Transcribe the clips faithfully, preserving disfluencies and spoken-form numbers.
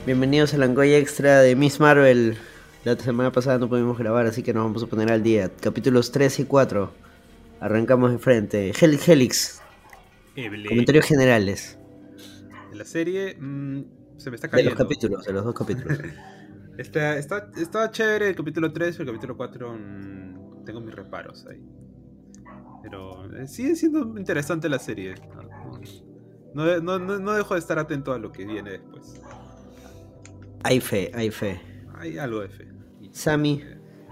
Bienvenidos a la Langoy Extra de Miss Marvel. La semana pasada no pudimos grabar, así que nos vamos a poner al día. Capítulos tres y cuatro. Arrancamos de frente. Helix Helix. Eble. Comentarios generales. De la serie, mmm, se me está De cayendo. los capítulos, de los dos capítulos. está, está, está chévere el capítulo tres, pero el capítulo cuatro mmm, tengo mis reparos ahí. Pero eh, sigue siendo interesante la serie. No, no, no, no dejo de estar atento a lo que viene después. Hay fe, hay fe. Hay algo de fe. Sammy.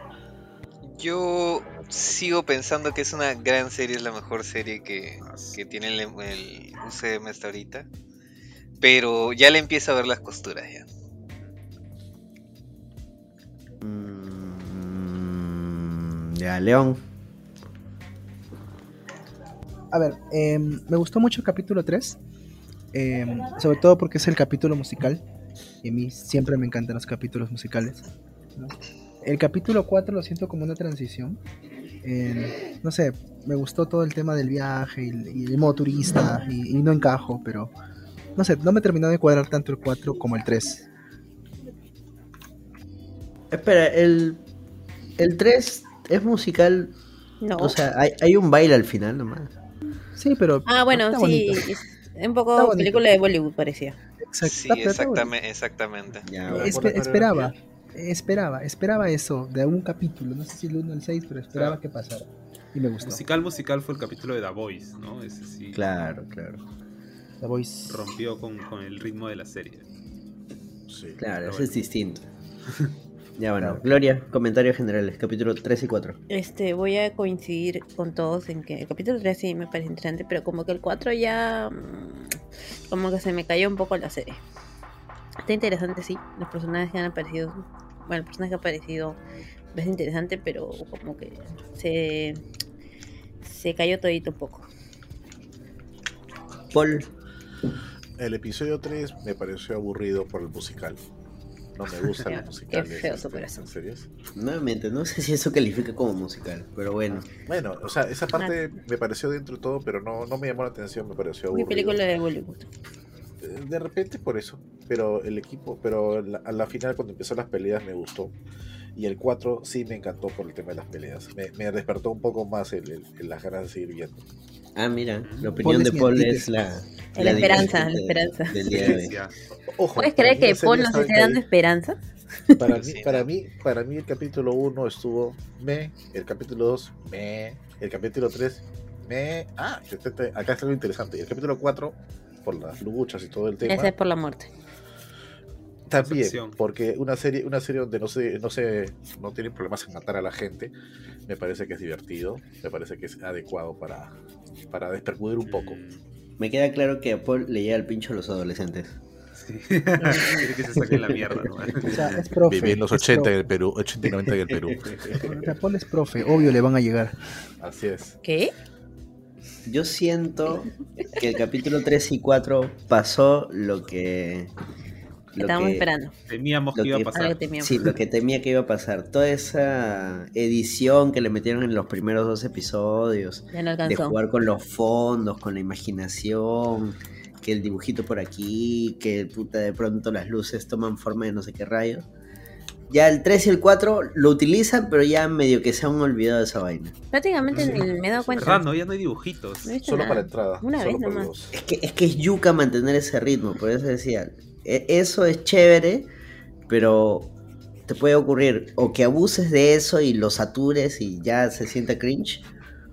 Yo sigo pensando que es una gran serie, es la mejor serie que, que tiene el, el U C M hasta ahorita. Pero ya le empiezo a ver las costuras ya. Mm, ya, León. A ver, eh, me gustó mucho el capítulo tres. Eh, sobre todo porque es el capítulo musical. Y a mí siempre me encantan los capítulos musicales, ¿no? El capítulo cuatro lo siento como una transición. Eh, no sé, me gustó todo el tema del viaje y, y el modo turista. Y, y no encajo, pero no sé, no me terminó de cuadrar tanto el cuatro como el tres. Espera, el, el tres es musical. No. O sea, hay, hay un baile al final nomás. Sí, pero Ah, bueno, está sí. bonito. Es un Está poco bonito. película de Bollywood parecía. Exacto, Sí, está- pero está bonito. exactamente, exactamente. Ya, Espe- bueno. esperaba, esperaba, esperaba eso de un capítulo, no sé si el uno o el seis, pero esperaba Claro. que pasara. Y me gustó. Musical, musical fue el capítulo de The Voice, ¿no? Ese sí Claro, claro. The Voice. rompió con, con el ritmo de la serie. Sí. Claro, Pero eso bueno. es distinto. Ya bueno, Claro. Gloria, comentarios generales, capítulo tres y cuatro. Este, voy a coincidir con todos en que el capítulo tres sí me parece interesante, pero como que el cuatro ya mm, como que se me cayó un poco la serie. Está interesante, sí, los personajes que han aparecido, bueno, el personaje que ha aparecido es interesante, pero como que se se cayó todito un poco. Paul. El episodio tres me pareció aburrido por el musical. No me gustan Ya, los musicales. qué feo tu este, corazón. ¿En series? Nuevamente, no sé si eso califica como musical, pero bueno. Bueno, o sea, esa parte me pareció dentro de todo, pero no, no me llamó la atención, me pareció Muy aburrido. película de Bollywood. Eh, De repente por eso, pero el equipo, pero la- a la final cuando empezó las peleas me gustó. Y el cuatro sí me encantó por el tema de las peleas. Me, me despertó un poco más el, el- el- las ganas de seguir viendo. Ah, mira, la opinión Paul de es mi Paul antítesis. es la... La esperanza, divergente la esperanza. Del día de hoy. Ya. Ojo, ¿Puedes para creer mí que la serie Paul nos está esté dando bien. esperanza? Para mí, Sí, para ¿no? mí, para mí el capítulo uno estuvo me, el capítulo dos me, el capítulo tres me. Ah, este- este- acá está algo interesante. Y el capítulo cuatro por las luchas y todo el tema, Esa es por la muerte. también, Acción. porque una serie, una serie donde no se, no se, no tienen problemas en matar a la gente, me parece que es divertido, me parece que es adecuado para, para despercudir un poco. Mm, Me queda claro que a Paul le llega el pincho a los adolescentes. sí. Quiere que se saque la mierda, ¿no? O sea, es profe. Viví en los es ochenta en profe. el Perú, ochenta y noventa en el Perú. O sea, Paul es profe, obvio le van a llegar. Así es. ¿Qué? Yo siento que el capítulo tres y cuatro pasó lo que... lo Estábamos que- esperando. Temíamos Lo que iba a que- pasar. Algo que temíamos. Sí, lo que temía que iba a pasar. Toda esa edición que le metieron en los primeros dos episodios, Ya no de alcanzó. jugar con los fondos, con la imaginación, que el dibujito por aquí, que puta de pronto las luces toman forma de no sé qué rayos. Ya el tres y el cuatro lo utilizan, pero ya medio que se han olvidado de esa vaina. Prácticamente Sí. ni me he dado cuenta. ¿Verdad? No, ya no hay dibujitos. No he visto Solo nada. para entrada. Una solo vez para nomás. los- Es que, es que es yuca mantener ese ritmo, por eso decía, e- eso es chévere, pero te puede ocurrir o que abuses de eso y lo satures y ya se sienta cringe,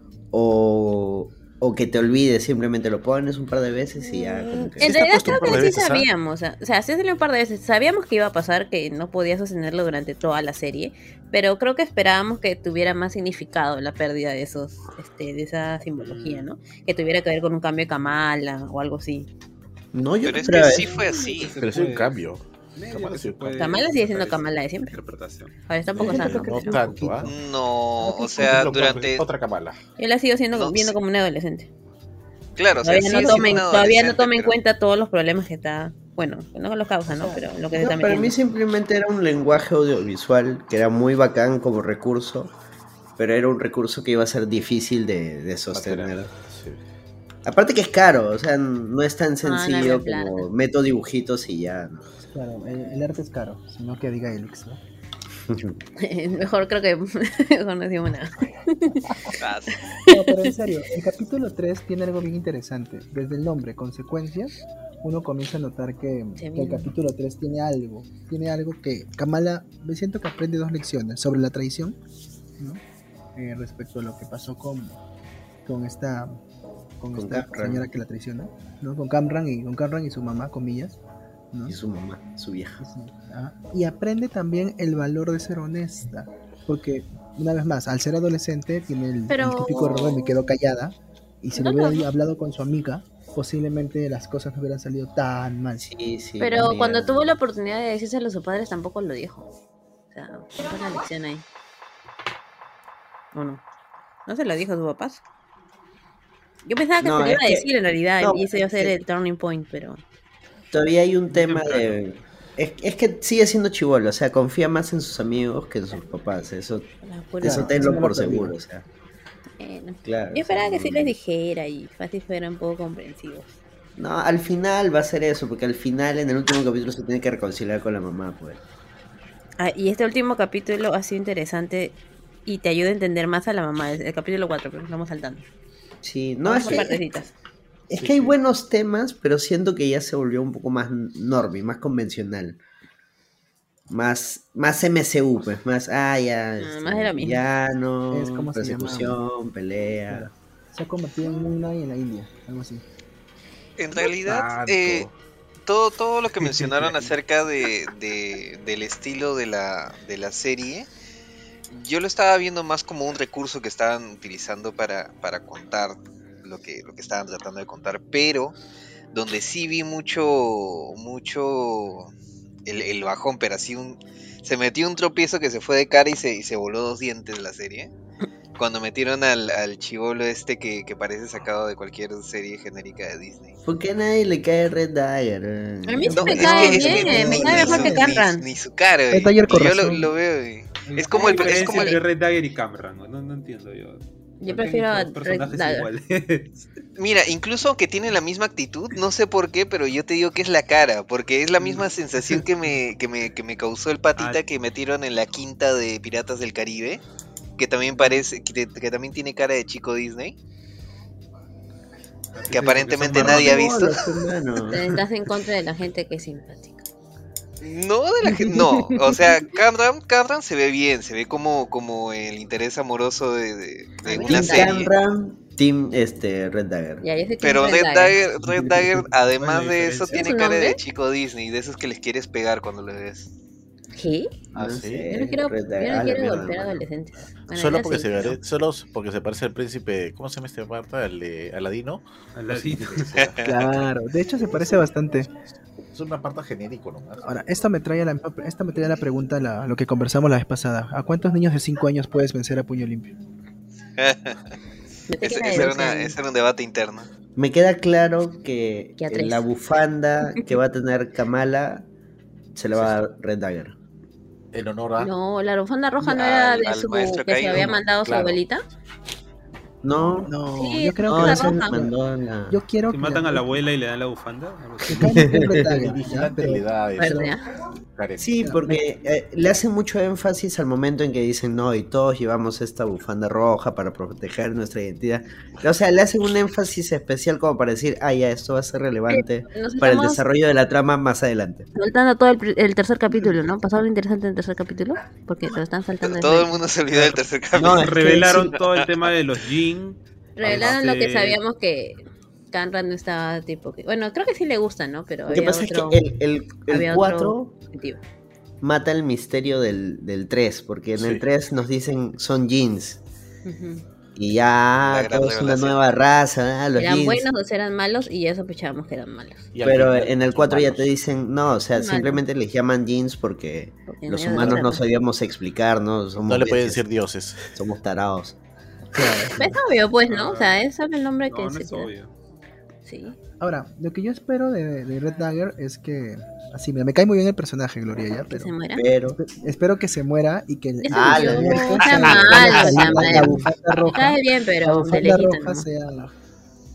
o, o que te olvides, simplemente lo pones un par de veces y ya como que... Sí En está realidad puesto un creo par que de sí veces, ¿ah? sabíamos, o sea, sí salió un par de veces, sabíamos que iba a pasar, que no podía sostenerlo durante toda la serie, pero creo que esperábamos que tuviera más significado la pérdida de esos, este, de esa simbología, ¿no? Que tuviera que ver con un cambio de Kamala o algo así. No, yo Pero no es que esperaba sí eso. fue así. Pero sí un cambio. Medio Kamala que sí se un puede Kamala sigue siendo interpretar Kamala de esa siempre. interpretación. Ahora está un poco No, sano. no pero- tanto, ¿ah? No, o Por sea, ejemplo, durante... otra Kamala. Él ha sido siendo, No, viendo sí. como un adolescente. Claro, o sea, Todavía, sigue no siendo tomen, un todavía no adolescente, toma en pero- cuenta todos los problemas que está, bueno, que no los causa, ¿no? Pero lo que se No, está para mí metiendo. simplemente era un lenguaje audiovisual que era muy bacán como recurso, pero era un recurso que iba a ser difícil de, de sostener. Sí. Aparte que es caro, o sea, no es tan Ah, no, sencillo no, claro. como meto dibujitos y ya. ¿no? Claro, el, el arte es caro, sino que diga Elix, ¿no? Mejor creo que mejor no decimos nada. Ah, No, pero en serio, el capítulo tres tiene algo bien interesante. Desde el nombre, Consecuencias, uno comienza a notar que, Se que el viene. capítulo tres tiene algo. Tiene algo que Kamala, me siento que aprende dos lecciones sobre la traición, ¿no? Eh, respecto a lo que pasó con, con esta, con Con esta Camran. señora que la traiciona, ¿no? Con Camran y, con Camran y su mamá, comillas, ¿no? Y su mamá, su vieja. Sí, ajá. Y aprende también el valor de ser honesta, porque una vez más, al ser adolescente tiene el, Pero- el típico error de me quedo callada, y si No, le hubiera no. hablado con su amiga, posiblemente las cosas no hubieran salido tan mal. Sí, sí. Pero también. cuando tuvo la oportunidad de decírselo a sus padres tampoco lo dijo. O sea, fue una lección ahí. ¿O no? ¿No se lo dijo a sus papás? Yo pensaba que No, se lo iba es a que- decir en realidad no, y ese iba a es ser que- el turning point, pero... Todavía hay un Muy tema temprano. de... Es, es que sigue siendo chibolo, o sea, confía más en sus amigos que en sus papás. Eso, la pura- Claro, eso eso tenlo no lo por perdió. seguro, o sea. Bueno. Claro. Yo esperaba o sea, que sí no- les dijera y fácil fueran un poco comprensivos. No, al final va a ser eso, porque al final en el último capítulo se tiene que reconciliar con la mamá, pues. Ah, y este último capítulo ha sido interesante y te ayuda a entender más a la mamá. Es el capítulo cuatro, pero estamos saltando. Sí, no, Vamos es por que, partecitas. es Sí, que hay sí. buenos temas, pero siento que ya se volvió un poco más normie, más convencional. Más, más M C U, pues, más, ah, ya, este, más de lo mismo. villano, Es como se persecución, pelea. Claro. Se ha convertido en una y en la India, algo así. En realidad, Tanto. eh, todo, todo lo que mencionaron acerca de, de- del estilo de la, de la serie, yo lo estaba viendo más como un recurso que estaban utilizando para, para contar lo que, lo que estaban tratando de contar, pero donde sí vi mucho, mucho el, el bajón, pero así un, se metió un tropiezo que se fue de cara y se, y se voló dos dientes la serie. Cuando metieron al, al chibolo este que, que parece sacado de cualquier serie genérica de Disney. ¿Por qué a nadie le cae Red Dagger? A mí sí No, me es cae que, es que bien, me ni- cae ni mejor su- que ni- Camran. Ni su cara, Red güey. Dagger con Y yo lo, razón. lo veo, y es ¿Cuál como el, es la es diferencia como el, entre Red Dagger y Cameron? No, no entiendo yo. Yo ¿Por qué prefiero a dos Red personajes Dagger. iguales? Mira, incluso aunque tiene la misma actitud, no sé por qué, pero yo te digo que es la cara, porque es la misma sensación que me, que me, que me causó el patita Ah. que metieron en la quinta de Piratas del Caribe, que también parece, que, que también tiene cara de chico Disney, que aparentemente nadie ha visto. Hermano. Estás en contra de la gente que es simpática. No, de la gente, no, o sea, Camran, Camran se ve bien, se ve como, como el interés amoroso de, de, de A mí una me serie. Camran, Team este, Red Dagger. Ya, yo sé que Pero es Red Red Dagger, Red Dagger, además ¿Cuál es la de eso, diferencia? tiene ¿Es su cara de nombre? chico Disney, de esos que les quieres pegar cuando lo ves. ¿Qué? Ah, No sí. sé. Yo no quiero, Red yo Dagger. no Ah, la quiero mierda, golpear a mano. adolescentes. Bueno, Solo ya porque, sí, se, pero- pare- solo porque se parece al príncipe. ¿Cómo se llama este Marta? El de Aladino. Aladino. Claro, de hecho se parece bastante. Es una Marta genérico nomás. Ahora, esto me trae a la, esta me trae a la pregunta, la, lo que conversamos la vez pasada. ¿A cuántos niños de cinco años puedes vencer a puño limpio? Yo sé que Ese, era de ese era doce una- años. ese era un debate interno. Me queda claro que Que a en tres. la bufanda que va a tener Kamala se le va a dar Red Dagger. En honor a. No, la bufanda roja no Al- era de al su maestro que se caído, había ¿no? mandado su Claro. abuelita. No, No, Sí, yo creo no, que ese roja. mandó a la... yo quiero Si que matan a la abuela y le dan la bufanda. algo así. que caiga un Red El Dagger, ¿ya? vigilante Pero- le da eso. Verde, ¿ah? Karen. Sí, porque eh, le hacen mucho énfasis al momento en que dicen, no, y todos llevamos esta bufanda roja para proteger nuestra identidad. O sea, le hacen un énfasis especial como para decir, ah, ya, esto va a ser relevante Nos para el estamos desarrollo de la trama más adelante. saltando todo el, pri- el tercer capítulo, ¿no? ¿Pasó algo interesante en el tercer capítulo? Porque lo están saltando. Todo el desde- mundo se olvidó del tercer capítulo. No, es que Revelaron sí. todo el tema de los Jin. Revelaron lo que Este, sabíamos que Conrad no estaba tipo que... Bueno, creo que sí le gusta, ¿no? Pero Lo que había pasa otro es que el, el, el había cuatro otro objetivo. mata el misterio del, del tres, porque en Sí. el tres nos dicen son jeans. Ujú. Y ya La gran todo es una revelación. nueva raza, ah, los Eran jeans. buenos o eran malos y ya sospechábamos que eran malos. Y al Pero final en el son cuatro ya malos. te dicen, no, o sea, Son simplemente les llaman jeans porque Porque los no humanos eran no ratas. sabíamos explicar, ¿no? Somos No le pueden bestias, decir dioses. somos tarados. Es obvio, pues, ¿no? O sea, es sabe el nombre que No, no se es queda. obvio. Sí. Ahora, lo que yo espero de, de Red Dagger es que. Así, mira, me cae muy bien el personaje, Gloria, ya, Que pero. se muera. Pero espe- Espero que se muera y que. Eso Ah, yo, la muerte o sea, sea- malo, la- o sea, la- mal. la bufanda Me roja. cae bien, La pero de bufanda lejito roja nomás. sea.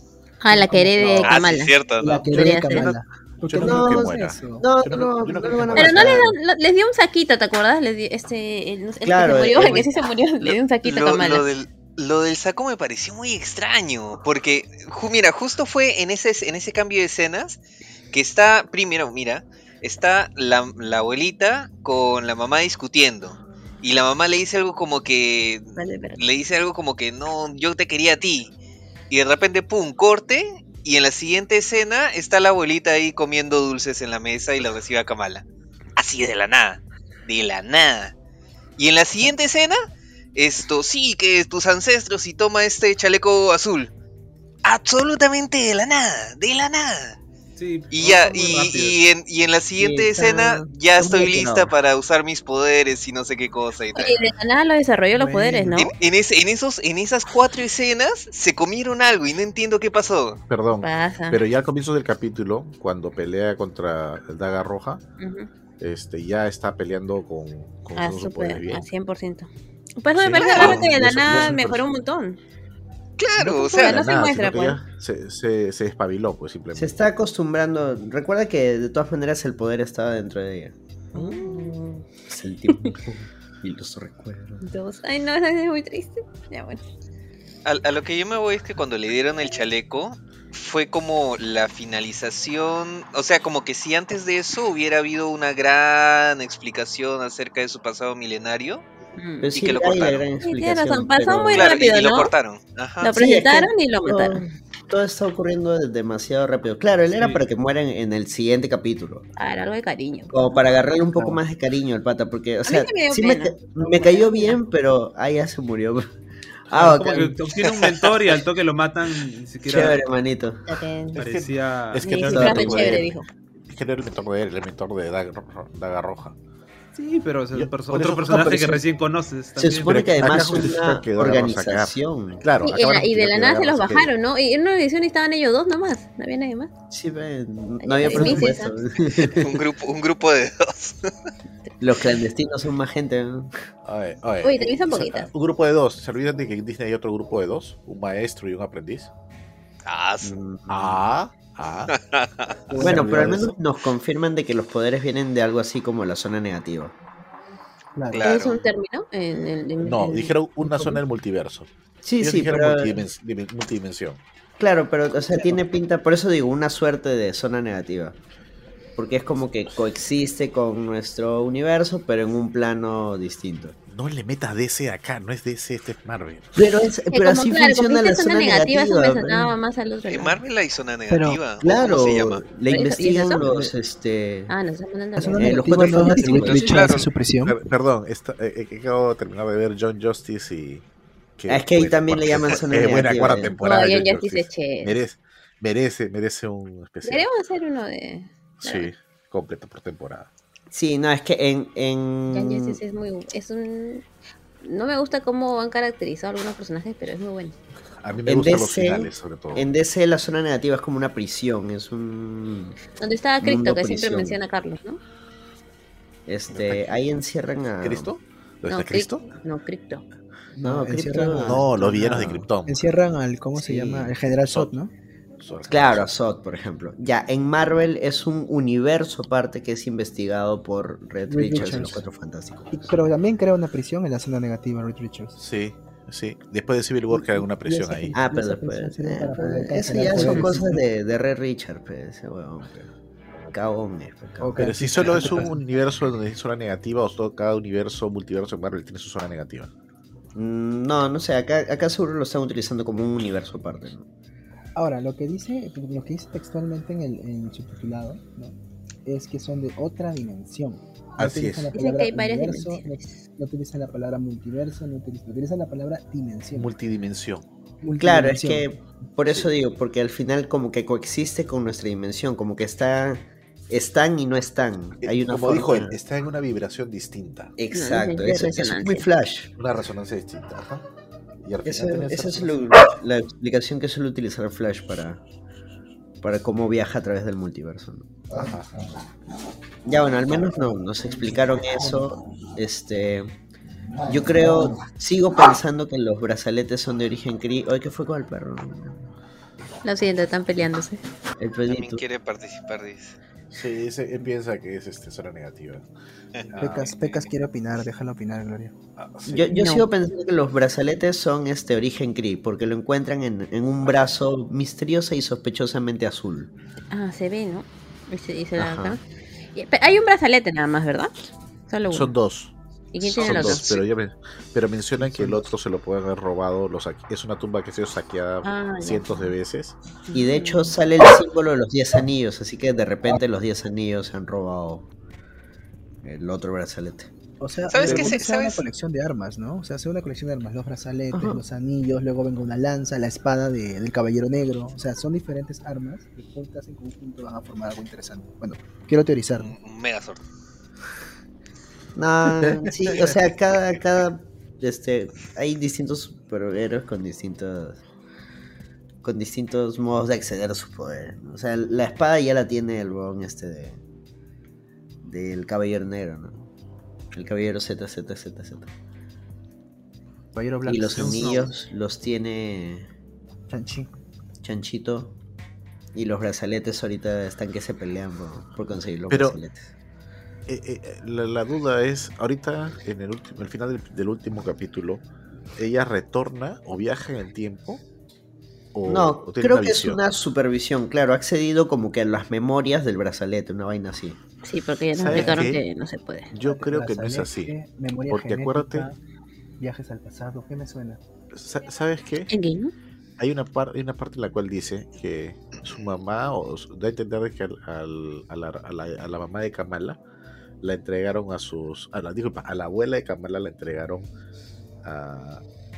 Ah, la que herede Ah, sí, Kamala. cierto, La ¿no? que Podría herede ser. Kamala. Porque Yo no no, creo que es muera. eso. No, Yo no- no, yo no no creo lo van a que Pero no matar. les, dan- lo- les dio un saquito, ¿te acuerdas? Les dio, este, el, el Claro, que se murió, el- el que sí se murió, le dio un saquito a Lo, Kamala. lo del, lo del saco me pareció muy extraño, porque, ju- mira, justo fue en ese, en ese cambio de escenas que está, primero, mira, está la, la abuelita con la mamá discutiendo, y la mamá le dice algo como que, Vale, pero- le dice algo como que, no, yo te quería a ti, y de repente, pum, corte, y en la siguiente escena está la abuelita ahí comiendo dulces en la mesa y la recibe a Kamala. Así de la nada, de la nada. Y en la siguiente escena, esto, sí, que tus ancestros y toma este chaleco azul. Absolutamente de la nada, de la nada. Sí, Y no, ya, son muy y, rápidos. y en, y en la siguiente Sí, está- escena ya está muy estoy lista apurado. para usar mis poderes y no sé qué cosa y tal. Oye, de la nada lo desarrolló los Bueno. poderes, ¿no? En, en, ese, en, esos, en esas cuatro escenas se comieron algo y no entiendo qué pasó. Perdón. Pasa. Pero ya al comienzo del capítulo, cuando pelea contra el Daga Roja, Ujú. este, ya está peleando con, con Ah, sus poderes súper, bien. a cien por ciento. Por eso Sí, me parece claro. raro que de la Eso- nada eso- mejoró un montón. Claro, No o sea, no De se nada, muestra, sino que pues. ya Se, se, se espabiló, pues simplemente. Se está acostumbrando. Recuerda que de todas maneras el poder estaba dentro de ella. Mm, Es el tiempo y los recuerdos. dos. Ay, no, eso es muy triste. Ya, bueno. a, a lo que yo me voy es que cuando le dieron el chaleco fue como la finalización, o sea, como que si antes de eso hubiera habido una gran explicación acerca de su pasado milenario, Mm. Pero Y sí, que lo hay la cortaron. gran Sí, tienes explicación. razón, pasó pero- muy claro, y- rápido, y, lo ¿no? cortaron. Ajá. Lo Sí, es que presentaron y lo todo- mataron. Todo está ocurriendo de- demasiado rápido. Claro, él era Sí. para que mueran en el siguiente capítulo. Ah, era algo de cariño. Como para agarrarle un poco Claro. más de cariño al pata, porque, o mí sea, sí me dio sí me, pena. ca- me cayó bien, pero ah, ya se murió. Ah, Ah, como bacán. que obtiene un mentor y al toque lo matan, ni siquiera Chévere, manito. Ya te- parecía... Es que Mi no disfraz era de el mentor chévere, de él. dijo. Es que no era el mentor de él, el mentor de Daga, Daga Roja. Sí, pero o sea, Yo- perso- por otro eso- personaje no, pero que se- recién conoces. Se también. supone que Pero acá además es justifican una que Daga va a sacar. organización. Claro, Sí, acá en van a la- y de la justificar nada que se los Daga saque- bajaron, ¿no? Y en una edición estaban ellos dos nomás. No había nadie más. Sí, ve, no había Ay, ay, presupuesto. Un grupo, un grupo de dos. Los clandestinos son más gente, ¿no? Oye, oye, Uy, también son se- poquitas. Un grupo de dos. ¿Se olvidan de que en Disney hay otro grupo de dos? Un maestro y un aprendiz. Ah, su- Mm. Ah, ah. Bueno, pero al olvidado menos nos confirman de que los poderes vienen de algo así como la zona negativa. Claro. Claro. ¿Es un término? En, el- en- No, en- dijeron una zona del multiverso. Sí, Ellos sí, dijeron pero... multidimens- dimen- multidimensión. Claro, pero, o sea, tiene pinta, por eso digo, una suerte de zona negativa. Porque es como que coexiste con nuestro universo, pero en un plano distinto. No le metas D C acá, no es D C, este es Marvel. Pero, es, que pero como, así claro, funciona como la dice zona zona negativa, eso negativa. me sonaba pero- más al otro En lado. Marvel hay zona Pero, negativa. ¿o Claro, ¿Cómo se llama? la ¿Pero eso- y investigan eso? los, este... Ah, no, estamos hablando La zona de... Eh, los negativa Cuatro no es Fantásticos. Reed Richards Claro. y su prisión. Per- perdón, esta- eh, eh, acabo de terminar de ver John Justice y... qué Ah, es que ahí buena también le cuarta- llaman zona qué buena negativa, cuarta eh. No, temporada. de John John Justice es chévere. Merece, merece, merece un especial. Deberíamos hacer uno de... Sí, completo por temporada. Sí, no, es que en... John en... Justice es muy... Es un... No me gusta cómo han caracterizado algunos personajes, pero es muy bueno. A mí me En gustan los D C, finales, sobre todo. En D C la zona negativa es como una prisión, es un... Donde estaba Cristo, Mundo que siempre prisión. menciona a Carlos, ¿no? Este, ahí encierran a... ¿Cristo? ¿Lo No, está Cristo? Cric- No, Cristo. No, encierran Krypton- a- No, los villanos de no. Krypton. Encierran al, ¿cómo se Sí. llama? El general Zod, ¿no? Claro, a Zod, por ejemplo. Ya, en Marvel es un universo aparte que es investigado por Red Reed Richards y Richards. los Cuatro Fantásticos. Y- pero también crea una prisión en la zona negativa, Reed Richards. Sí, sí. Después de Civil War queda una prisión esa- ahí. Ah, pero Esa después... prisión sirve eh, para pero poder eso cancelar ya son poderes. cosas de, de Red Richards, pues, ese huevón. pues. Cagón es, pues, cagón. Ok. Pero si solo es un universo donde hay zona negativa, o todo, cada universo, multiverso de Marvel tiene su zona negativa. Mm, No, no sé, acá, acá seguro lo están utilizando como un universo aparte, ¿no? Ahora, lo que dice, lo que dice textualmente en el en subtitulado, ¿no? Es que son de otra dimensión. No Así utilizan es. la Dicen que palabra hay varias universo, dimensiones. No, no utilizan la palabra multiverso, no utilizan, utilizan la palabra dimensión. Multidimensión. Claro, es Multidimensión. que por eso digo, porque al final como que coexiste con nuestra dimensión, como que está, están y no están. Hay una Como forma... dijo él, está en una vibración distinta. Exacto, No, es eso, eso es resonancia. muy flash. Una resonancia distinta. Ajá. Y al final Esa, tiene esa esa es lo- resonancia. la explicación que suele utilizar Flash para, para cómo viaja a través del multiverso, ¿no? Ajá. Ya bueno, al menos no, nos explicaron eso. Este, yo creo, sigo pensando que los brazaletes son de origen Kree. Oye, ¿qué fue con el perro? Lo siento, están peleándose. El También pedito. quiere participar, dice. Sí, ese- él piensa que es este, zona negativa. Pecas, Ah, Pecas quiere opinar, déjalo opinar, Gloria. ah, sí. Yo, yo No. sigo pensando que los brazaletes son este origen Kree, porque lo encuentran en, en un brazo misteriosa y sospechosamente azul. Ah, se ve, ¿no? Dice, dice la Ajá. acá. Y- pe- Hay un brazalete nada más, ¿verdad? Solo uno. Son dos. ¿Y quién son tiene el Son otro? dos, pero, ya me- pero mencionan Sí, que son el otro se lo pueden haber robado. Los, saqu- es una tumba que ha sido saqueada Ah, ya. cientos de veces. Y de hecho Mm. sale el símbolo de los diez anillos, así que de repente los diez anillos se han robado el otro brazalete. O sea, ¿Sabes de qué repente se- sea una sabes? colección de armas, ¿no? O sea, sea una colección de armas, los brazaletes, Ajá. los anillos, luego venga una lanza, la espada de- del caballero negro. O sea, son diferentes armas que juntas en conjunto van a formar algo interesante. Bueno, quiero teorizar, Un, ¿no? un Megazord. No, sí, o sea, cada, cada, este, hay distintos superhéroes con distintos, con distintos modos de acceder a sus poderes, ¿no? O sea, la espada ya la tiene el bon este de, del caballero negro, ¿no? El caballero Z, Z, Z, Z. Caballero blanco. Y los Jon Snow. anillos los tiene Chanchi. Chanchito. Y los brazaletes ahorita están que se pelean por, por conseguir los Pero- brazaletes. Eh, eh, la, la duda es, ahorita, en el, último, el final del, del último capítulo, ¿ella retorna o viaja en el tiempo? ¿O, No, o tiene creo una que es visión? una supervisión, claro, ha accedido como que a las memorias del brazalete, una vaina así. Sí, porque ya nos ¿Sabes explicaron qué? que no se puede. Yo creo que no es así. Brazalete, memoria Porque genética, acuérdate, viajes al pasado, ¿qué me suena? sa- ¿sabes qué? ¿En qué, no? Hay una, par- hay una parte en la cual dice que su mamá, o su- da a entender que al- al- a, la, a la- a la mamá de Kamala la entregaron a sus, a la, disculpa, a la abuela de Kamala la entregaron a-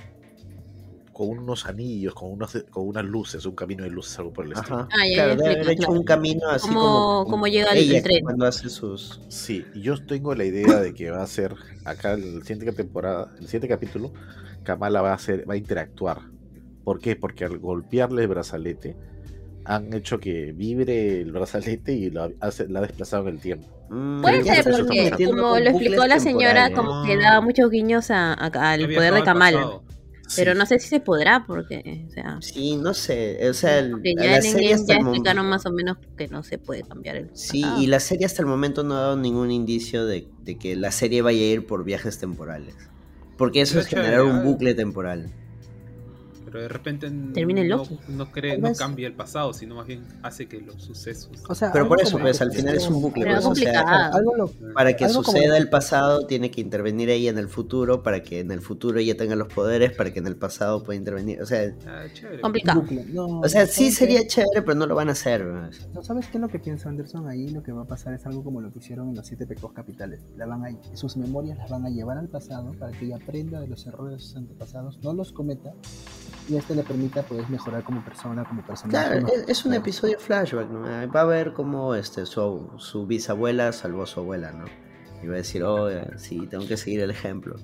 con unos anillos, con unos, con unas luces, un camino de luces, algo por el estilo. Ajá. Ah, ya, claro, ya debe haber explica, hecho claro. un camino así ¿Cómo- como, cómo llega el- ella el tren? cuando hace sus... Sí, yo tengo la idea de que va a ser acá en la siguiente temporada, el siguiente capítulo, Kamala va a hacer, va a interactuar. ¿Por qué? Porque al golpearle el brazalete han hecho que vibre el brazalete y lo hace, la ha desplazado en el tiempo. Mm, Puede ya ser, se está porque metiendo como con lo explicó bucles la señora, temporales. como que Ah. daba muchos guiños a, a- al Ha poder viajado de al Kamala. pasado. Pero Sí. no sé si se podrá, porque, o sea, Sí, no sé, o sea, el- porque a ya la en serie Endgame hasta ya el explicaron momento... más o menos que no se puede cambiar el Sí, pasado. y la serie hasta el momento no ha dado ningún indicio de, de que la serie vaya a ir por viajes temporales. Porque eso Pero es generar chévere, un ah. bucle temporal. Pero de repente Termina en no, Loki. no, cree, Tal no vez- cambia el pasado, sino más bien hace que los sucesos. O sea, Pero algo por eso, como- pues, al final es un bucle, Pero pues, o sea, complicado. algo lo- para que algo como- suceda el pasado tiene que intervenir ella en el futuro, para que en el futuro ella tenga los poderes, para que en el pasado pueda intervenir. O sea, Ah, chévere. Complicado. bucle. No, o sea, sí ¿sabes sería qué? chévere, pero no lo van a hacer. pues. ¿No sabes qué es lo que piensa Anderson? Ahí lo que va a pasar es algo como lo que hicieron en los siete pecados capitales. La van a, sus memorias las van a llevar al pasado para que ella aprenda de los errores de sus antepasados, no los cometa, y esto le permita pues mejorar como persona, como personaje. Claro, ¿no? es, es un Claro. episodio flashback, ¿no? Ah, va a ver cómo este, su, su bisabuela salvó a su abuela, ¿no? Y va a decir, oh, eh, sí, tengo que seguir el ejemplo.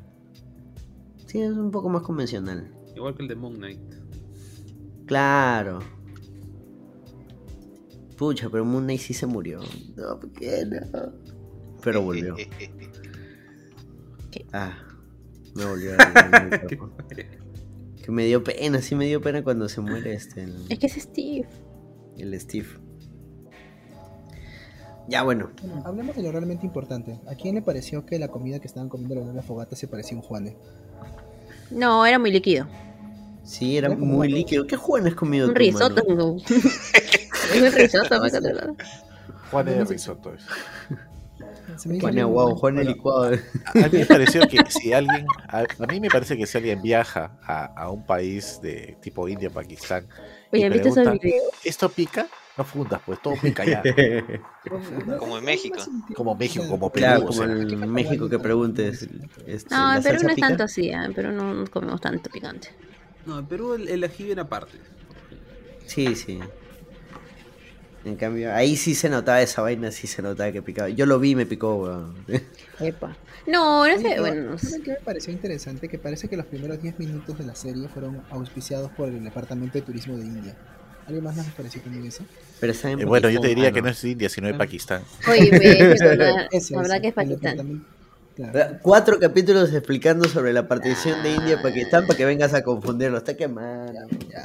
Sí, es un poco más convencional. Igual que el de Moon Knight. Claro. Pucha, pero Moon Knight sí se murió. No, ¿por qué no? Pero volvió. Ah, me volvió a regañar el cuerpo. Que me dio pena, sí me dio pena cuando se muere este, el, Es que es Steve. el Steve. Ya bueno, Bueno, hablemos de lo realmente importante. ¿A quién le pareció que la comida que estaban comiendo los de la fogata se parecía a un Juane? No, era muy líquido. sí, era Era como muy una- líquido. ¿Qué Juan has comido Un tú, risotto. mano? no. Es un risotto, me encanta. Juan de risotto es. Se me hizo Juan bien- aguado, Juan bueno, el licuado. A mí me pareció que si alguien, a, a mí me parece que si alguien viaja a, a un país de tipo India, Pakistán, y Oye, ¿viste esos pregunta, videos? ¿esto pica? No fundas, pues todo pica ya. Como en México. Como México, como Perú. Claro, o como sea. en México que preguntes. Este, No, ¿la en Perú salsa no es pica? tanto así, ¿eh? En Perú no no comemos tanto picante. No, en Perú el, el ají viene aparte. Sí, sí. En cambio, ahí sí se notaba esa vaina, sí se notaba que picaba. Yo lo vi y me picó, weón. Epa. No, no Oye, sé, pero, bueno, no sé. ¿saben qué me pareció interesante? Que parece que los primeros diez minutos de la serie fueron auspiciados por el Departamento de Turismo de India. ¿Alguien más nos pareció también eso? Pero está en Eh, bueno, yo Pakistán, te diría ah, que no es India, sino de Pakistán. Oye, ve, la verdad, Ese, la verdad ese, que es el Pakistán. departamento- Claro. Cuatro capítulos explicando sobre la partición de India y Pakistán para que vengas a confundirlo. Está quemado.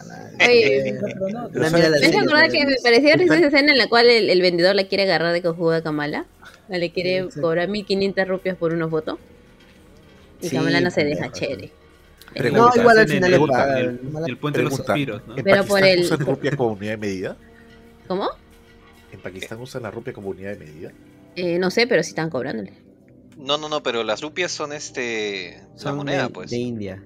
Oye, Pero no, Una mira la ¿me serie, acordás que pero- me pareció risa esa escena en la cual el, el vendedor la quiere agarrar de cojuda a Kamala? Le quiere Sí, sí. cobrar mil quinientas rupias por una foto. Y Sí, Kamala no se pendejo, deja, chévere. Pregunta, No, igual al hacen final el, le el- pagan. el- el puente de los Pregunta, suspiros, ¿no? ¿en Pero por Pakistán el- usan rupia como unidad de medida? ¿Cómo? ¿En Pakistán usan la rupia como unidad de medida? Eh, no sé, pero sí están cobrándole. No, no, no, pero las rupias son este la Son moneda, de, pues. de India.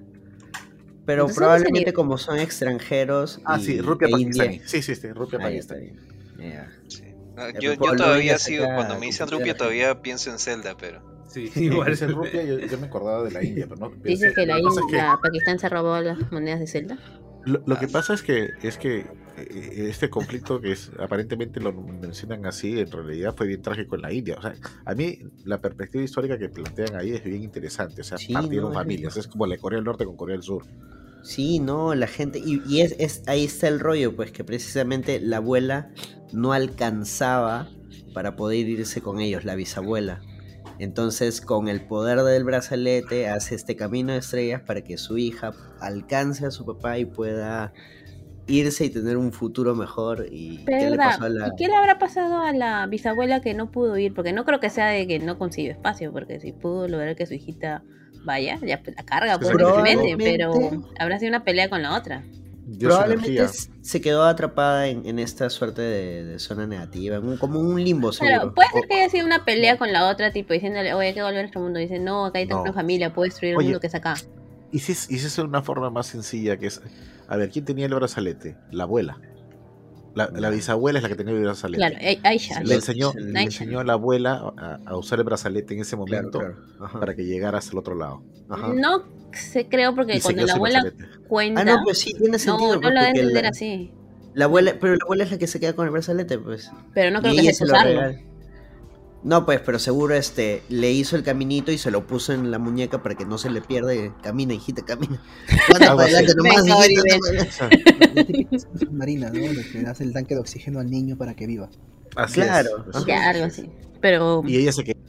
Pero Entonces, probablemente ¿en serio? como son extranjeros Ah, y, sí, rupia e India. pakistaní. Sí, sí, sí, rupia Ah, ya está pakistaní. bien. Ya. Sí. No, Ya, yo, pues, yo lo todavía vengas sigo, acá cuando a me dicen confundir a rupia, la todavía pienso en Zelda, pero. Sí, Igual igual. ese rupia, yo, yo me acordaba de la India, pero no. Dice pensé- que la, lo que pasa es que- la Pakistán se robó las monedas de Zelda. Lo, lo que pasa es que es que eh, este conflicto que es aparentemente lo mencionan así, en realidad fue bien trágico en la India. O sea, a mí la perspectiva histórica que plantean ahí es bien interesante. O sea, Sí, partieron no, es familias. Es como la de Corea del Norte con Corea del Sur. Sí, no, la gente, y, y es, es ahí está el rollo, pues que precisamente la abuela no alcanzaba para poder irse con ellos, la bisabuela. Entonces, con el poder del brazalete, hace este camino de estrellas para que su hija alcance a su papá y pueda irse y tener un futuro mejor. ¿Y Pero qué es le verdad, pasó a la...? ¿y qué le habrá pasado a la bisabuela que no pudo ir? Porque no creo que sea de que no consiguió espacio, porque si pudo lograr que su hijita vaya, ya pues, la carga, Se pobremente, sacrificó. pero habrá sido una pelea con la otra. Dio su Probablemente energía. s- se quedó atrapada en, en esta suerte de, de zona negativa, en un- como un limbo seguro. Claro, puede ser que haya sido una pelea con la otra, tipo diciéndole, oye, hay que volver a nuestro mundo. Dice, no, acá hay No. tanta familia, puedo destruir el Oye, mundo que es acá. Y si, y si es una forma más sencilla, que es, a ver, ¿quién tenía el brazalete? La abuela. La, la bisabuela es la que tenía el brazalete. Claro, Ai- Aisha. Le enseñó, Sí, le enseñó a la abuela a, a usar el brazalete en ese Claro, momento claro. Ajá, para que llegara hasta el otro lado. ajá. No sé, creo, porque Y se cuando quedó la sin abuela brazalete. cuenta... Ah, no, pues sí, tiene no, sentido. no pues, lo da a porque entender la, así. la abuela, pero la abuela es la que se queda con el brazalete, pues. Pero no creo Y que ella sepa se lo usarlo. regala. No, pues, pero seguro este le hizo el caminito y se lo puso en la muñeca para que no se le pierda. y Camina, hijita, camina. Anda Algo para así. adelante nomás, Venga, hijita, Oliver. anda para O sea, La típica submarina, ¿no? De que le das el tanque de oxígeno al niño para que viva. así Claro, es. ajá. Ya, algo así. Pero... Y ella se quedó.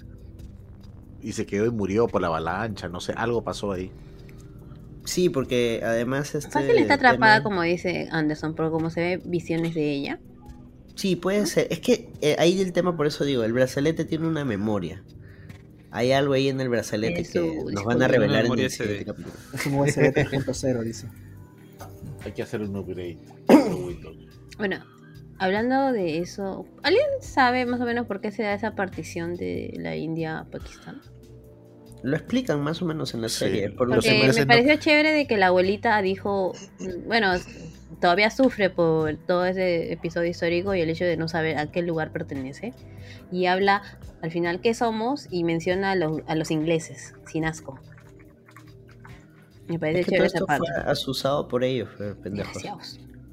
Y se quedó y murió por la avalancha, no sé, algo pasó ahí. Sí, porque además este Fácil está atrapada, tema- como dice Anderson, pero como se ve visiones de ella. Sí, puede ser. Es que eh, ahí el tema, por eso digo, el brazalete tiene una memoria. Hay algo ahí en el brazalete Es que su nos van a disco- revelar en memoria el S D. siguiente capítulo. Es un U S B tres punto cero, dice. Hay que hacer un upgrade. de Windows. Bueno, hablando de eso, ¿alguien sabe más o menos por qué se da esa partición de la India a Pakistán? Lo explican más o menos en la Sí, serie. Por Los lo que Porque ingleses me no- pareció chévere de que la abuelita dijo, mm, bueno, todavía sufre por todo ese episodio histórico y el hecho de no saber a qué lugar pertenece. Y habla al final qué somos y menciona a los, a los ingleses, sin asco. Me parece es que todo chévere esto esa parte. fue asusado por ellos, fue pendejos. Desgraciados.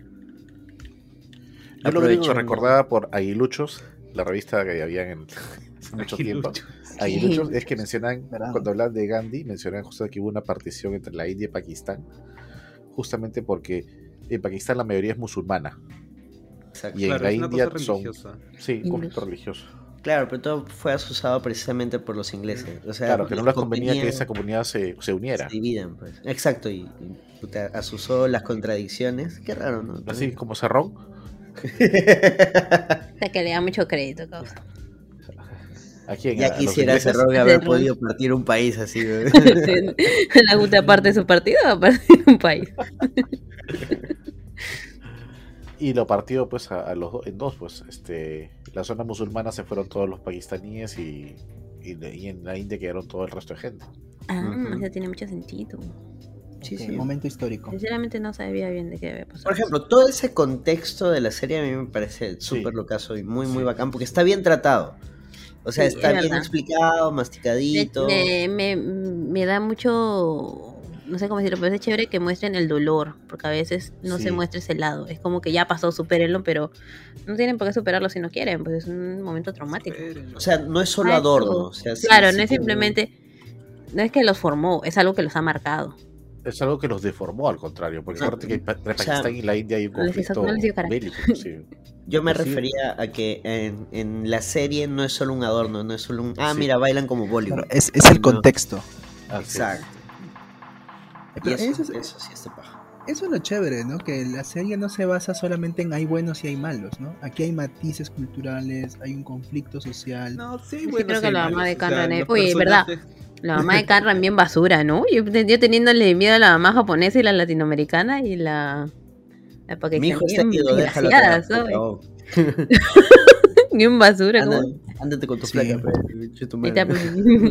Yo lo único que Aprovechando. recordaba por Aguiluchos, la revista que había en hace mucho tiempo. Aguiluchos es que mencionan, ¿Verdad? cuando hablan de Gandhi, mencionan justo que hubo una partición entre la India y Pakistán, justamente porque en Pakistán la mayoría es musulmana. Exacto. Y en Claro, la es una India cosa son, religiosa. sí, Hindús. conflicto religioso. Claro, pero todo fue asusado precisamente por los ingleses. O sea, Claro, que no les convenía que convenía- esa comunidad se, se uniera. se dividen, pues. Exacto, y, y, puta, asusó las contradicciones. Qué raro, ¿no? Así como cerrón. Hasta que le da mucho crédito, causa. ¿A quién? Ya ¿A los quisiera ingleses? Cerrón haber Cerrón. podido partir un país así, güey. La gusta parte de su partido va a partir un país. Y lo partió pues a, a los do- en dos, pues este la zona musulmana se fueron todos los pakistaníes y, y, de- y en la India quedaron todo el resto de gente. Ah, Ujú. eso tiene mucho sentido. Sí, Ok, sí. Momento histórico. Sinceramente no sabía bien de qué había pasado. Por ejemplo, todo ese contexto de la serie a mí me parece súper locazo y muy, muy Sí. bacán porque está bien tratado. O sea, Sí, está es bien verdad. explicado, Me, masticadito. me, me- me da mucho, no sé cómo decirlo, pero es chévere que muestren el dolor, porque a veces no Sí. se muestra ese lado. Es como que ya pasó, supérenlo, pero no tienen por qué superarlo si no quieren, pues es un momento traumático. Espérenlo. O sea, no es solo Ah, adorno. eso. O sea, sí- Claro, sí no es tiene- simplemente, no es que los formó, es algo que los ha marcado. Es algo que los deformó al contrario, porque No, acuérdate que pa- entre o sea, Pakistán y la India hay un no les hizo- conflicto no les dio carácter. bélico. Sí. Yo me Sí. refería a que en, en la serie no es solo un adorno, no es solo un... Ah, Sí. mira, bailan como Bollywood. Claro, es, es el Sino- contexto. Así es. Exacto. Y Pero eso, eso es- eso sí está paja. Eso es lo chévere, ¿no? Que la serie no se basa solamente en hay buenos y hay malos, ¿no? Aquí hay matices culturales, hay un conflicto social. No, sí, Sí, bueno, creo sí que la hay mamá malos, de o sea, Kanran es- los Oye, ¿verdad? personajes- La mamá de Kanran bien basura, ¿no? Yo, yo teniéndole miedo a la mamá japonesa y la latinoamericana y la... la pa' que Mi sean hijo está bien ido, déjalo desgraciadas, atrás, por ¿sabes? favor. Bien basura, Anda, ¿cómo? ándate con tu Sí. placa, pe, che tu Ahí madre. está, pues.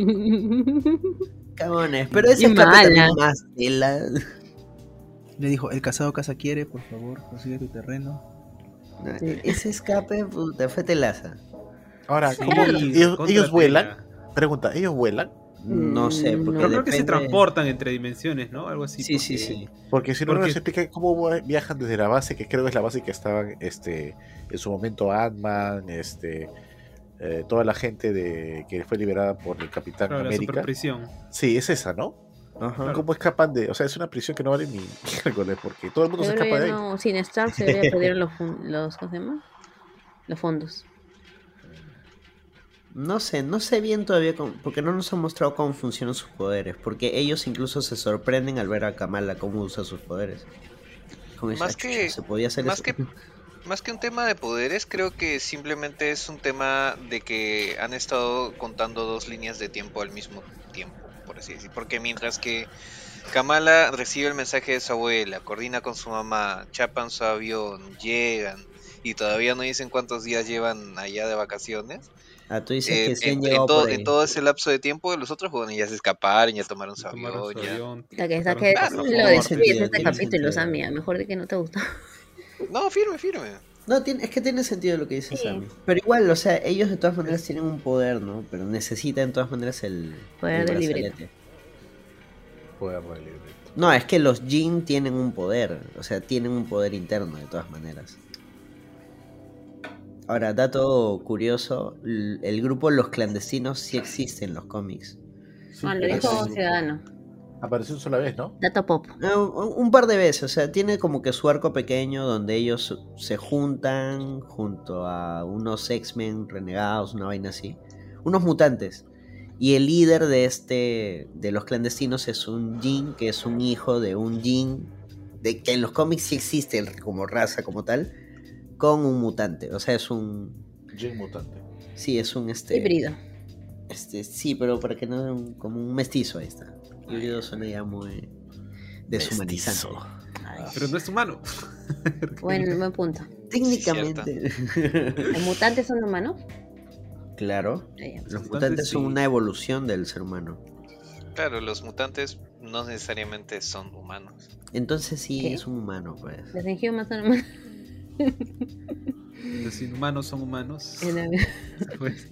Cagones, pero ese Bien escape también mala. más tela. Le dijo, el casado casa quiere, por favor, consigue tu terreno. No, Sí. Ese escape, puta, fue telaza. Ahora, Sí, ¿cómo- ellos, contra ellos vuelan? tela. Pregunta, ¿ellos vuelan? No sé, Mm, porque Pero creo que se depende- transportan entre dimensiones, ¿no? Algo así. Sí, sí, porque- sí. Porque si no, no Porque- nos explica cómo viajan desde la base, que creo que es la base que estaban este, en su momento Ant-Man, este, eh, toda la gente de que fue liberada por el Capitán Claro, la América. superprisión. Sí, es esa, ¿no? Ajá. ¿Cómo escapan de...? O sea, es una prisión que no vale ni miércoles, porque todo el mundo se Seguro escapa ya de ahí. no, sin Stark se debería pedir los, fun- los, ¿cómo se llama? Los fondos. No sé, no sé bien todavía cómo- porque no nos han mostrado cómo funcionan sus poderes, porque ellos incluso se sorprenden al ver a Kamala cómo usa sus poderes. Como dice, Más "Ah, chucha, que- se podía hacer más eso". que- Más que un tema de poderes, creo que simplemente es un tema de que han estado contando dos líneas de tiempo al mismo tiempo, por así decir. Porque mientras que Kamala recibe el mensaje de su abuela, coordina con su mamá, chapan su avión, llegan y todavía no dicen cuántos días llevan allá de vacaciones. Ah, tú dices eh, que sí han en, en llegado todo, por ahí. en todo ese lapso de tiempo, los otros jóvenes ya se escaparon, ya tomaron su Tomaron avión, su ya. avión, La que está sacaron que su Claro, lo tiene destruyes sentido, este tiene capítulo, sentido. Samia. Mejor de que no te gusta. No, firme, firme. No, tiene, es que tiene sentido lo que dice Sí. Sammy. Pero igual, o sea, ellos de todas maneras tienen un poder, ¿no? Pero necesitan de todas maneras el Poder el del brazalete. libreto. Poder de libreto. No, es que los Jin tienen un poder, o sea, tienen un poder interno de todas maneras. Ahora, dato curioso, l- el grupo Los Clandestinos sí existe en los cómics. Sí, Ah, lo pero dijo es- Ciudadano. Apareció una sola vez, ¿no? Dato pop. Ah, Un, un par de veces, o sea, tiene como que su arco pequeño donde ellos se juntan junto a unos X-Men renegados, una vaina así, unos mutantes. Y el líder de este, de los clandestinos es un Jin, que es un hijo de un Jin, de que en los cómics sí existe el- como raza, como tal, con un mutante. O sea, es un, Jin mutante. sí, es un este, Híbrido. este, sí, pero para que no, un- como un mestizo, ahí está. Híbrido suena ya muy deshumanizante. Mestizo. Ay, Pero no es humano. buen, buen punto. Técnicamente. ¿Los mutantes son humanos? Claro. Eh, Los Mutantes, mutantes son sí. una evolución del ser humano. Claro, los mutantes no necesariamente son humanos. Entonces sí ¿Qué? es un humano, pues. Los Inhumans son humanos. Los inhumanos son humanos. En la- Pues,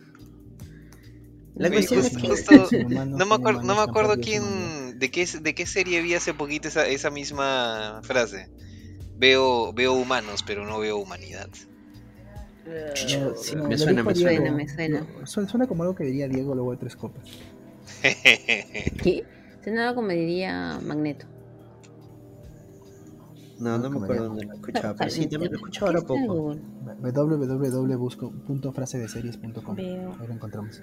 La Sí, cuestión es justo- que justo- Humanos No me son acuerdo, no me humanos, acuerdo son propios humanos. quién, de qué, de qué serie vi hace poquito esa, esa misma frase. Veo, veo humanos, pero no veo humanidad. No, Sí, no, me lo suena, dijo me Diego. suena. Me suena. No, suena, suena como algo que diría Diego luego de tres copas. ¿Qué? Se nada como diría Magneto. No, no me Como acuerdo ya. dónde lo escuchaba, pero sí, también lo he escuchado ahora ¿Qué está en poco. Google? w w w punto frase de series punto com. Veo. Ahí lo encontramos.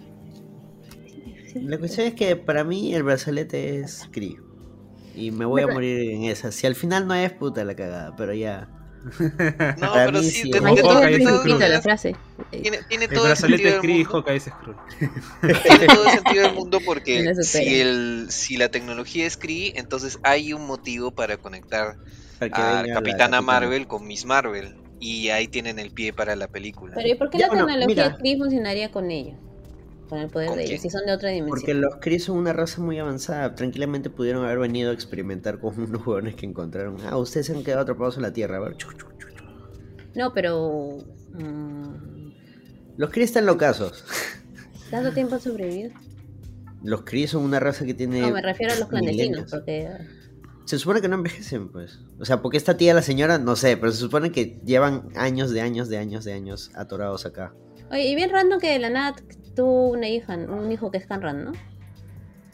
La cuestión es que para mí el brazalete es Kree. Y me voy a Pero- morir en esa. Si al final no es puta la cagada, pero ya. No, Para pero mí sí, sí, de- como Ahí de todo todo- Hawkeye el de es todo- principito, Skrull. la frase. tiene, tiene el todo el brazalete sentido es del Kree y mundo. Hawkeye es Skrull. Tiene todo el sentido del mundo Me porque la supera. si el si la tecnología es Kree, entonces hay un motivo para conectar Para que a venga la Capitana Capitana. Marvel con Miss Marvel. Y ahí tienen el pie para la película. Pero ¿y por qué Ya, la bueno, tecnología mira. Kree funcionaría con ellos? Con el poder ¿Con de quién? ellos, si son de otra dimensión. Porque los Kree son una raza muy avanzada. Tranquilamente pudieron haber venido a experimentar con unos huevones que encontraron. Ah, ustedes se han quedado atrapados en la Tierra. A ver, chu, chu, chu, chu. No, pero... mm, Los Kree están locazos. ¿Tanto tiempo han sobrevivido? Los Kree son una raza que tiene. No, me refiero a los clandestinos, milenios. porque... Se supone que no envejecen, pues. O sea, porque esta tía, la señora, no sé, pero se supone que llevan años de años de años de años atorados acá. Oye, y bien random que de la nada tuvo una hija, un hijo que es Canran, ¿no?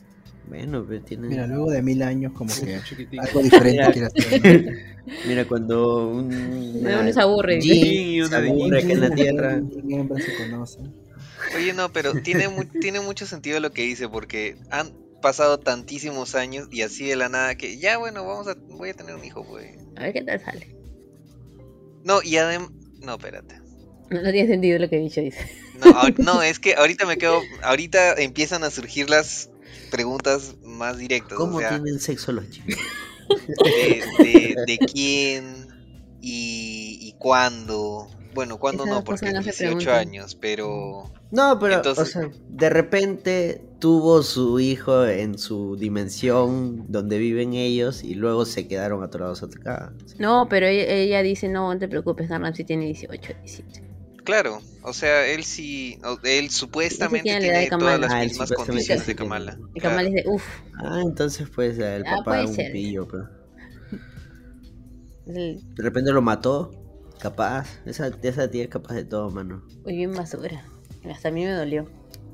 Bueno, pero tiene... Mira, luego de mil años como que Chiquitín. algo diferente Mira. quiere hacer. Mira, cuando un, No, uno se aburre. Jin Y una se de aburre acá en la Una tierra. mujer y un hombre se conocen. Oye, no, pero tiene, mu- tiene mucho sentido lo que dice, porque han pasado tantísimos años y así de la nada que ya, bueno, vamos a, voy a tener un hijo, güey. A ver qué tal sale. No, y además... No, espérate. No, no tiene sentido lo que he dicho, dice. No, ahor- no, es que ahorita me quedo... Ahorita empiezan a surgir las preguntas más directas, ¿Cómo o sea, tienen sexo los chicos? de, de, de quién y, y cuándo. Bueno, cuándo Esas no, porque cosas no se dieciocho preguntan. años, pero... No, pero, Entonces- o sea, de repente tuvo su hijo en su dimensión donde viven ellos y luego se quedaron atorados acá. No, pero ella, ella dice, no, no te preocupes, Garland si tiene dieciocho, diecisiete. Claro, o sea, él sí, o- él supuestamente tiene la edad de tiene todas Kamala. las Ah, él mismas supuestamente condiciones sí de tiene. Kamala. Y claro. Kamala dice, uff, Ah, entonces pues el Ah, papá puede un ser. pillo, pero es el- de repente lo mató, capaz. Esa, esa tía es capaz de todo, mano. muy bien basura. Hasta a mí me dolió.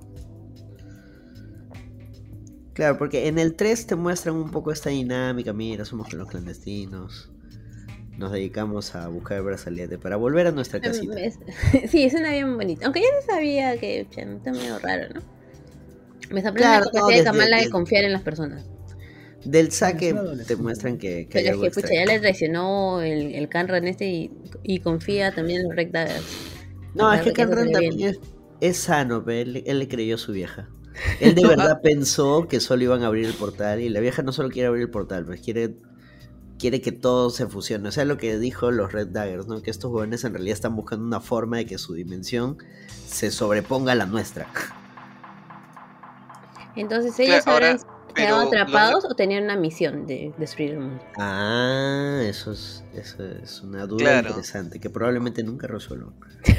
Claro, porque en el tres te muestran un poco esta dinámica. Mira, somos los clandestinos. Nos dedicamos a buscar el brazalete para volver a nuestra casita. Es- Sí, suena bien bonito. Aunque ya se sabía que pucha, está medio raro, ¿no? Me sorprende Claro, la no, capacidad de desde- Kamala de desde- confiar en las personas. Del Es saque un te adolescente. muestran que, que hay Pero es algo que pucha, extraño. ya le traicionó el, el Canran este y, y confía también en los Red Daggers. No, A es que pesar de que eso Canran se le también es, es sano, pero él, él le creyó a su vieja. Él de verdad pensó que solo iban a abrir el portal y la vieja no solo quiere abrir el portal, pues quiere, quiere que todo se fusione. O sea, lo que dijo los Red Daggers, ¿no? Que estos jóvenes en realidad están buscando una forma de que su dimensión se sobreponga a la nuestra. Entonces ellos Claro, ahora, habrán quedado pero atrapados o tenían una misión de destruir el mundo. Ah, eso es, eso es una duda Claro. interesante que probablemente nunca resuelvan.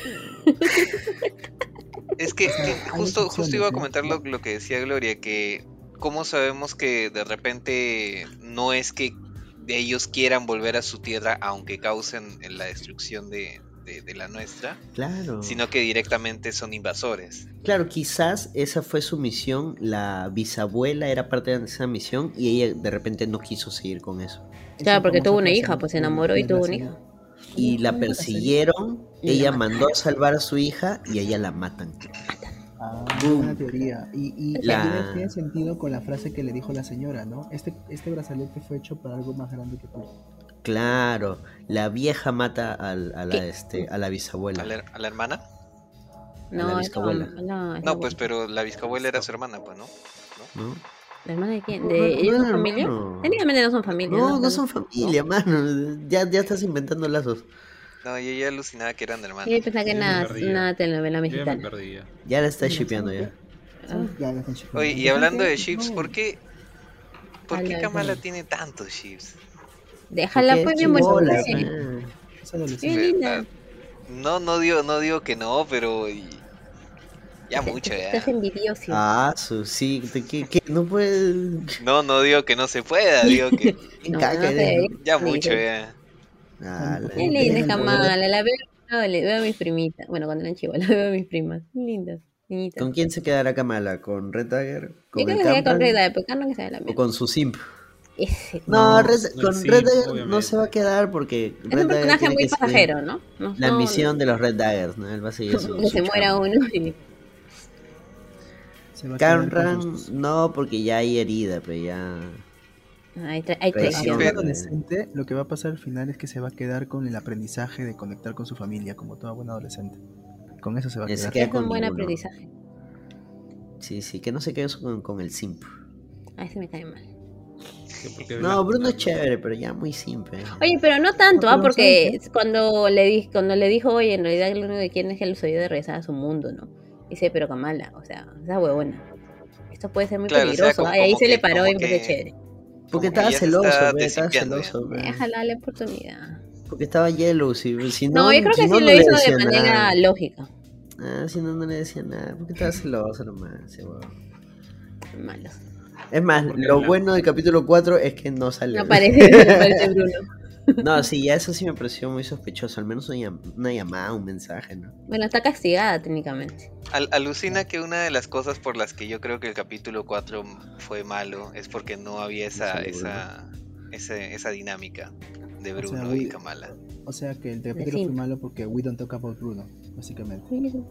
Es que, que hay justo, dos justo opciones, iba a ¿no? comentar lo, lo que decía Gloria, que cómo sabemos que de repente no es que ellos quieran volver a su tierra aunque causen la destrucción de, de- de la nuestra, Claro. sino que directamente son invasores. Claro, quizás esa fue su misión, la bisabuela era parte de esa misión y ella de repente no quiso seguir con eso. Claro, porque Eso tuvo como una se hija, pasa pues se en- enamoró y en tuvo la una serie. hija. Y la ¿Cómo era la persiguieron, Y la ella mataron. mandó a salvar a su hija y a ella la matan. Ah, Boom. buena teoría. Y, y La- tiene, tiene sentido con la frase que le dijo la señora, ¿no? Este, este brazalete fue hecho para algo más grande que tú. Claro, la vieja mata al- a, la, ¿Qué? este, a la bisabuela. ¿A la, a la hermana? No, la es bisabuela. la- no, es No, la- pues pero la bisabuela era su hermana, pues, ¿no? ¿No? ¿La hermana de quién? No, ¿De no, ellos no son era familia? hermano. Técnicamente no son familia. No, no Pero- son familia, mano. Ya, ya estás inventando lazos. No, y ella alucinaba que eran hermanas. Yo pensaba que Yo me nada, perdía. una telenovela Yo ya me mexicana. perdía. Ya la estás Mira, shipeando ¿sabes ya. qué? ¿Sabes? Ya la están shipeando. Oye, y ¿Sabes hablando qué? de chips, No, ¿por qué, por qué Ala, Kamala ala. tiene tantos chips? Déjala Porque pues es bien chibola, bonita. Sí. man. es Qué adolescente. linda. No, no digo, no digo que no, pero y- ya mucho ya. Estás envidioso. Ah, su, sí, te- que, que no puedes. No, no digo que no se pueda, digo que No, Caca, no sé. eres, ya Sí, mucho sí. ya. Ah, la- Qué linda es Kamala, la veo, no, le veo a mis primitas. Bueno, cuando eran chivas, la veo a mis primas. Lindas, niñitas. ¿Con quién se quedará Kamala? ¿Con Red Dagger? Yo ¿Con creo el que sería con Cameron? Red Dagger, porque no que sea la ¿O mía. con su simp? Ese. No, No, Red- no, con sí, Red Dagger no obviamente. se va a quedar porque Es Red un Dagger personaje tiene muy que ser pasajero, ¿no? No- la no- misión de los Red Daggers, ¿no? Él va a seguir su, que su se muera chamba. uno y Se va a quedar con Camran, sus- no, porque ya hay herida, pero ya... hay, tra- hay Traición. traición. Siendo Pero- adolescente, lo que va a pasar al final es que se va a quedar con el aprendizaje de conectar con su familia, como toda buena adolescente. Con eso se va a Ese quedar. queda Es con un buen ninguno. aprendizaje. Sí, sí, que no se quede con, con el simp. A ese me cae mal. Que porque No, Blanca- Bruno es chévere, pero ya muy simple. Oye, pero no tanto, No, ¿ah? pero Porque ¿sabes cuando le, di, cuando le dijo, oye, en realidad lo único que quieren es que los ayude a regresar a su mundo, ¿no? Dice, pero Kamala, o sea, esa huevona. Esto puede ser muy Claro, o sea, peligroso. como- Ay, ahí como se que- le paró y como me parece que- chévere. Porque Como que estaba ya se celoso, está pe, estaba desimpiando ya. celoso. pe. Déjala darle oportunidad. Porque estaba Yellow, si, si no... No, yo creo que si no, sí no lo le hizo de decía manera nada. lógica. Ah, si no, no le decía nada, porque estaba celoso nomás, ese huevón. Malos. Es más, Porque lo la- bueno del capítulo cuatro es que no sale. No parece, no parece Bruno. No, sí, ya eso sí me pareció muy sospechoso. Al menos una, llam- una llamada, un mensaje, ¿no? Bueno, está castigada técnicamente. Al- alucina que una de las cosas por las que yo creo que el capítulo cuatro fue malo es porque no había esa, sale Bruno. esa, ese- esa dinámica de O sea, Bruno y we- Kamala. O sea que el capítulo Vecino. fue malo porque we don't talk about Bruno, básicamente.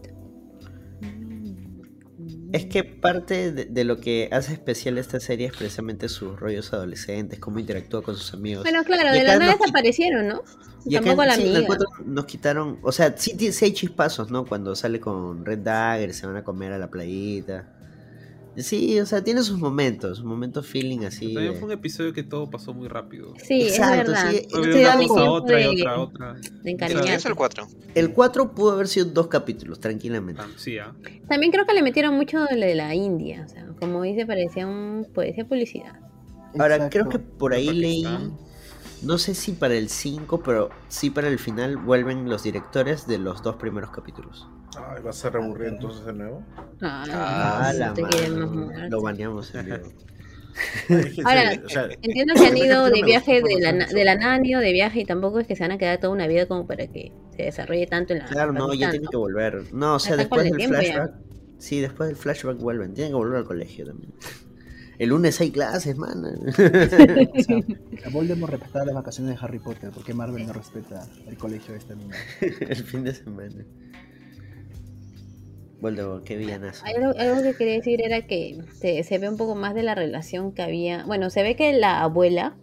Es que parte de, de lo que hace especial esta serie es precisamente sus rollos adolescentes, cómo interactúa con sus amigos. Bueno, claro, Y de la acá nada nos qui- desaparecieron, ¿no? Y acá Tampoco en- la sí, en el amiga. cuatro nos quitaron, o sea, sí, ti- sí hay chispazos, ¿no? Cuando sale con Red Dagger, se van a comer a la playita. Sí, o sea, tiene sus momentos, sus momentos feeling así. También de- fue un episodio que todo pasó muy rápido. Sí, Exacto, es verdad. sí, Fue no de te una da cosa a tiempo otra y de- otra a otra. de Sí, encariñarte. eso el cuatro. El cuatro pudo haber sido dos capítulos, tranquilamente. Ah, sí, ah. También creo que le metieron mucho de lo de la India, o sea, como dice, parecía un, parecía publicidad. Ahora, Exacto. creo que por ahí leí, Pakistán. no sé si para el cinco, pero sí para el final vuelven los directores de los dos primeros capítulos. Ay, va a ser aburrido entonces de nuevo. Ah, Ah, no, la no te queremos mano, muerto. lo baneamos en vivo. Es que en Ahora, serio, o sea, Entiendo que han este ido capítulo de me viaje gustó de la, por na- mucho. de la nani o de viaje y tampoco es que se van a quedar toda una vida como para que se desarrolle tanto en la Claro, no, ya Pakistán, tiene ¿no? que volver. No, o sea, Están con después el del tiempo ya. flashback. Sí, después del flashback vuelven. Tienen que volver al colegio también. El lunes hay clases, man. O sea, a Voldemort respetaba las vacaciones de Harry Potter, ¿por qué Marvel no respeta el colegio de esta niña? El fin de semana. Voldemort, qué villanazo. Hay Algo, algo que quería decir era que se, se ve un poco más de la relación que había. Bueno, se ve que la abuela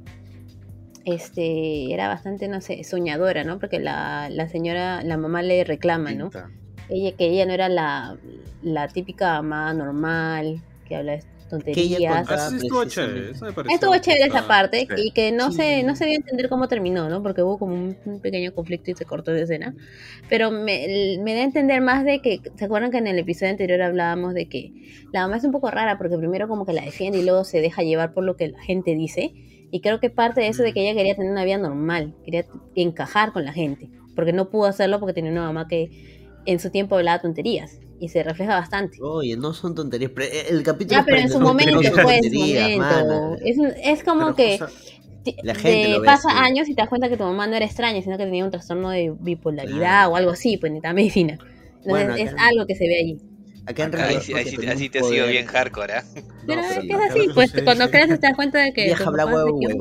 este era bastante, no sé, soñadora, ¿no? Porque la, la señora, la mamá le reclama, ¿no? Pinta. Ella, que ella no era la, la típica mamá normal, que habla de Que ella tonterías. contaba- Ah, sí, estuvo precisamente. chévere. Eso me pareció Estuvo que chévere esa estaba- parte sí. y que no Sí. se no se dio a entender cómo terminó, ¿no? Porque hubo como un, un pequeño conflicto y se cortó de escena. Pero me, me da a entender más de que, ¿se acuerdan que en el episodio anterior hablábamos de que la mamá es un poco rara porque primero como que la defiende y luego se deja llevar por lo que la gente dice? Y creo que parte de eso de que ella quería tener una vida normal, quería encajar con la gente, porque no pudo hacerlo porque tenía una mamá que en su tiempo hablaba tonterías y se refleja bastante. Oye, no son tonterías. pero El capítulo Ya, pero en su prende- no momento, son pues, en su tonterías, momento. mana. Es, un- es como Pero, que o sea, ti- La gente de- lo ve pasa así. años y te das cuenta que tu mamá no era extraña, sino que tenía un trastorno de bipolaridad Claro. o algo así, pues necesitaba medicina. Entonces Bueno, es acá- algo que se ve allí. Acá en Ahí realidad sí, porque ahí sí- tenía así un te ha sido poder- bien hardcore, ¿ah? Pero pero es que la- es así, claro que pues sí, cuando sí. creces te das cuenta de que Vieja tu habla papá se huevo equivocó.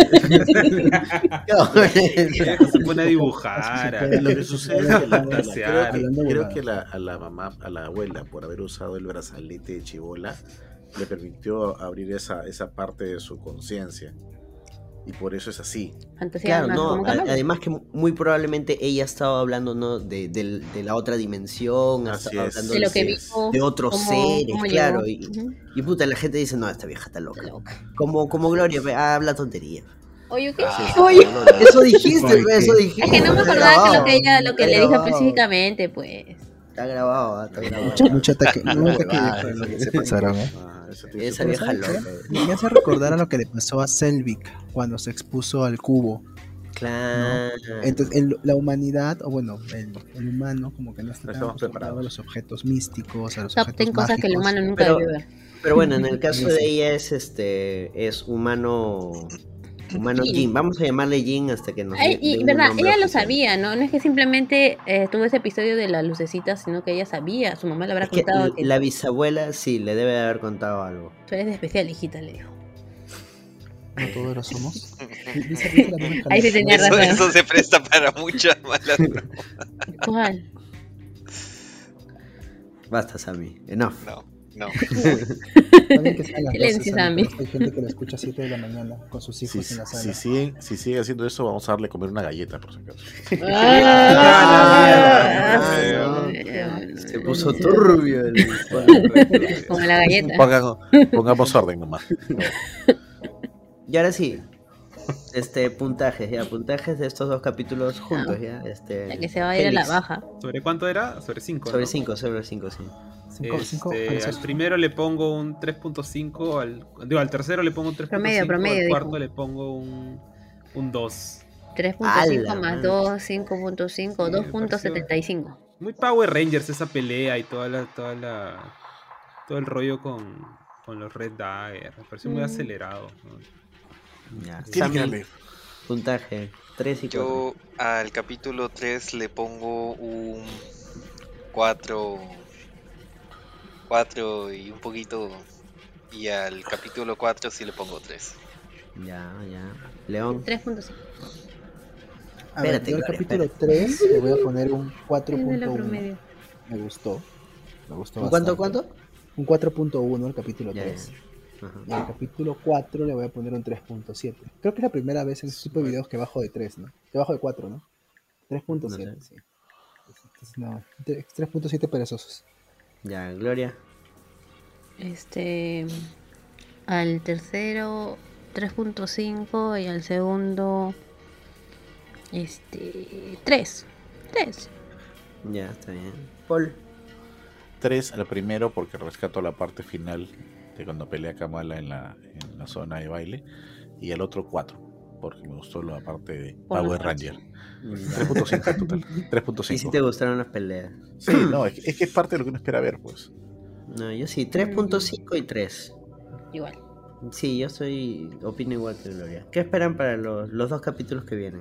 huevada. Se pone a dibujar. a- Lo que sucede es que la, la- Pasear. creo, que, Hablando creo huevadas. que la, a la mamá, a la abuela, por haber usado el brazalete de chibola, le permitió abrir esa, esa parte de su conciencia. Y por eso es así. Fantasía Claro, más no, como a- Kamala. además que muy probablemente ella estaba hablando, ¿no? de, del- de la otra dimensión, Así estaba es. hablando de lo que sí, vimos, de otros cómo- seres, cómo claro, llegó. y, Ujú. y puta, la gente dice, no, esta vieja está loca. Está loca. Como, como Gloria, pe, habla tontería. Oye, ¿qué? Ah, Oye, Eso dijiste, Oye, pe, eso ¿qué? dijiste. es que no me está acordaba que lo grabado, que ella, lo que está le dijo grabado, específicamente, pues. Está grabado, ah, está grabado. Mucho, mucho ataque, mucho ataque huevada, de- Para que se sepan pasaron, que- ¿eh? ah, eso tiene Esa su- vieja ¿Sabes loca. qué? Me hace recordar a lo que le pasó a Selvig cuando se expuso al cubo. Claro. Entonces, el- la humanidad, o bueno, el, el humano, como que no está No tan estamos acostumbrado preparados. a los objetos místicos, a los Capten objetos cosas que el mágicos. humano nunca Pero- debió ver. Pero bueno, en el caso Sí, de sí. ella es este es humano humano Jin. Jin. Vamos a llamarle Jin hasta que nos Ay, dé- y dé un verdad, nombre ella lo oficial. sabía, ¿no? No es que simplemente eh, tuvo ese episodio de la lucecita, sino que ella sabía, su mamá le habrá Es que contado l- que la bisabuela sí le debe de haber contado algo. tú eres de especial, hijita, le dijo. No todos lo somos. Dice- dice la misma Ahí sí Carla. tenía Eso, razón. eso se presta para muchas malas bromas. ¿Cuál? Basta, Sammy. Enough. No, no. Está bien que sean las Silencio, doce, Sammy. pero hay gente que lo escucha a siete de la mañana con sus hijos Si, en la si, sala. siguen, si siguen haciendo eso, vamos a darle a comer una galleta, por si acaso. Ah, Se puso turbio el Como la galleta. Pongan- pongamos orden nomás. Y ahora sí. Este, puntajes, ya, puntajes de estos dos capítulos juntos, ya. Este, La que se va a ir a la Félix, baja. ¿Sobre cuánto era? Sobre cinco. Sobre ¿no? cinco, sobre cinco, sí. Cinco, cinco Este, pesos. al primero le pongo un tres punto cinco, al, digo, al tercero le pongo un tres punto cinco, Promedio, promedio, al dijo. cuarto le pongo un, un dos. tres punto cinco ¡Hala, más man! dos, cinco punto cinco, Sí, me dos punto setenta y cinco. Muy Power Rangers esa pelea y toda la, toda la, todo el rollo con, con los Red Dagger. Me pareció muy Mm. acelerado, ¿no? Ya. Tiene que Sammy, darle. Puntaje, tres y cuatro. Yo al capítulo tres le pongo un cuatro cuatro y un poquito. Y al capítulo cuatro sí le pongo tres. Ya, ya. León. tres punto cinco. A ver, Espérate, yo al Gloria, capítulo tres le voy a poner un cuatro Es de punto la uno. promedio. Me gustó. Me gustó ¿Cuánto, bastante. cuánto? Un cuatro punto uno al capítulo Ya, tres. ya. Ajá. Y al capítulo cuatro le voy a poner un tres punto siete. Creo que es la primera vez en este tipo de videos que bajo de tres, ¿no? Que bajo de cuatro, ¿no? tres punto siete, No sé. sí. Entonces, no, tres punto siete perezosos. Ya, Gloria. Este. Al tercero, tres punto cinco. Y al segundo. Este. tres. tres. Ya, está bien. Paul. tres al primero porque rescato la parte final de cuando pelea Kamala en la, en la zona de baile. Y el otro cuatro porque me gustó la parte de Por Power la Ranger. Ya. tres punto cinco en total. tres punto Y si cinco. te gustaron las peleas. Sí, no, es que, es que es parte de lo que uno espera ver, pues. No, yo sí, tres punto cinco y tres. Igual. Sí, yo soy. Opino igual que Gloria. ¿Qué esperan para los, los dos capítulos que vienen?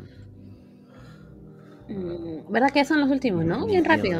Mm, ¿Verdad que son los últimos, no? Bien rápido.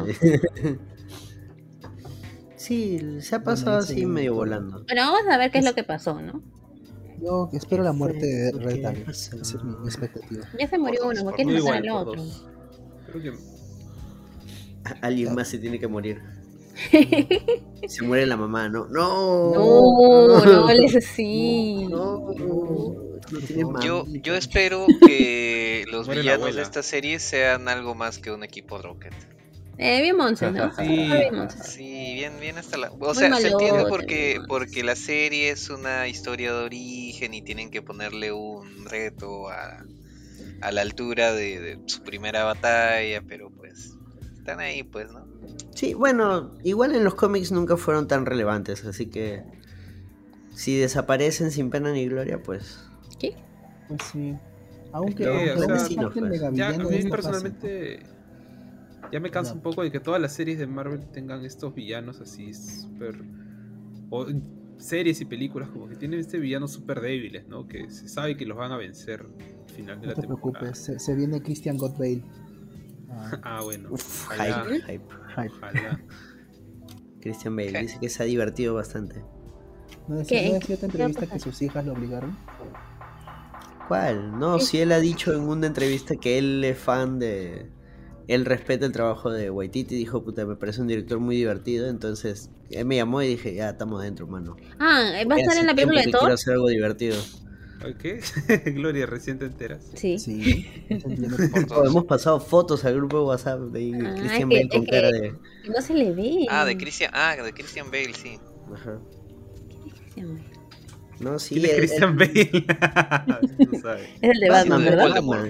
Sí, se ha pasado así medio volando. Bueno, vamos a ver qué es lo que pasó, ¿no? Yo espero la muerte de ¿Qué Red Dagger. pasó? Esa es mi mi expectativa. Ya se murió Por uno, dos, ¿por qué por no dos. mataron Igual, al por otro? dos. Creo que Alguien más se tiene que morir. Se muere la mamá, ¿no? No, No, no hables así. No, no, no tiene mamá. Yo, yo espero que los Muere la villanos de abuela. esta serie sean algo más que un equipo Rocket. Eh, bien Monse, ¿no? Sí. Bien Monse. Sí, bien, bien hasta la... O Muy sea, se malote, entiende muy porque, malote. porque la serie es una historia de origen y tienen que ponerle un reto a, a la altura de, de su primera batalla, pero pues están ahí, pues, ¿no? Sí, bueno, igual en los cómics nunca fueron tan relevantes, así que si desaparecen sin pena ni gloria, pues ¿Qué? Pues sí. Aunque, Es que, aunque o una sea, parte del pues, ya, a megavillano mí es fácil. personalmente ya me cansa Ya. un poco de que todas las series de Marvel tengan estos villanos así súper... O en series y películas como que tienen este villano súper débiles, ¿no? Que se sabe que los van a vencer al final de No la te temporada. preocupes, se, se viene Christian Godbale. Ah, Ah, bueno. uf, Ojalá, hype, hype. hype. ojalá. Christian Bale ¿Qué? dice que se ha divertido bastante. ¿No decía, ¿Qué? ¿no decía otra ¿Qué va a entrevista que pasar? sus hijas lo obligaron? ¿Cuál? No, si él ha dicho en una entrevista que él es fan de... Él respeta el trabajo de Waititi y dijo, puta, me parece un director muy divertido, entonces él me llamó y dije, ya, estamos dentro, mano. Ah, ¿va a estar Hace en la película de tiempo que quiero Thor? hacer algo divertido. ¿Qué? Gloria, recién te enteras. Sí. Sí. Entiendo que- Por Oh, dos. hemos pasado fotos al grupo de WhatsApp de ahí, Ah, Christian es que- Bale con es que- cara de... No se le ve. Ah, de Christian, ah, de Christian Bale, sí. Ajá. Christian. No, sí, ¿Quién es él- Christian él- Bale? No sabe. Es el de Batman, Batman, de ¿verdad? Voldemort.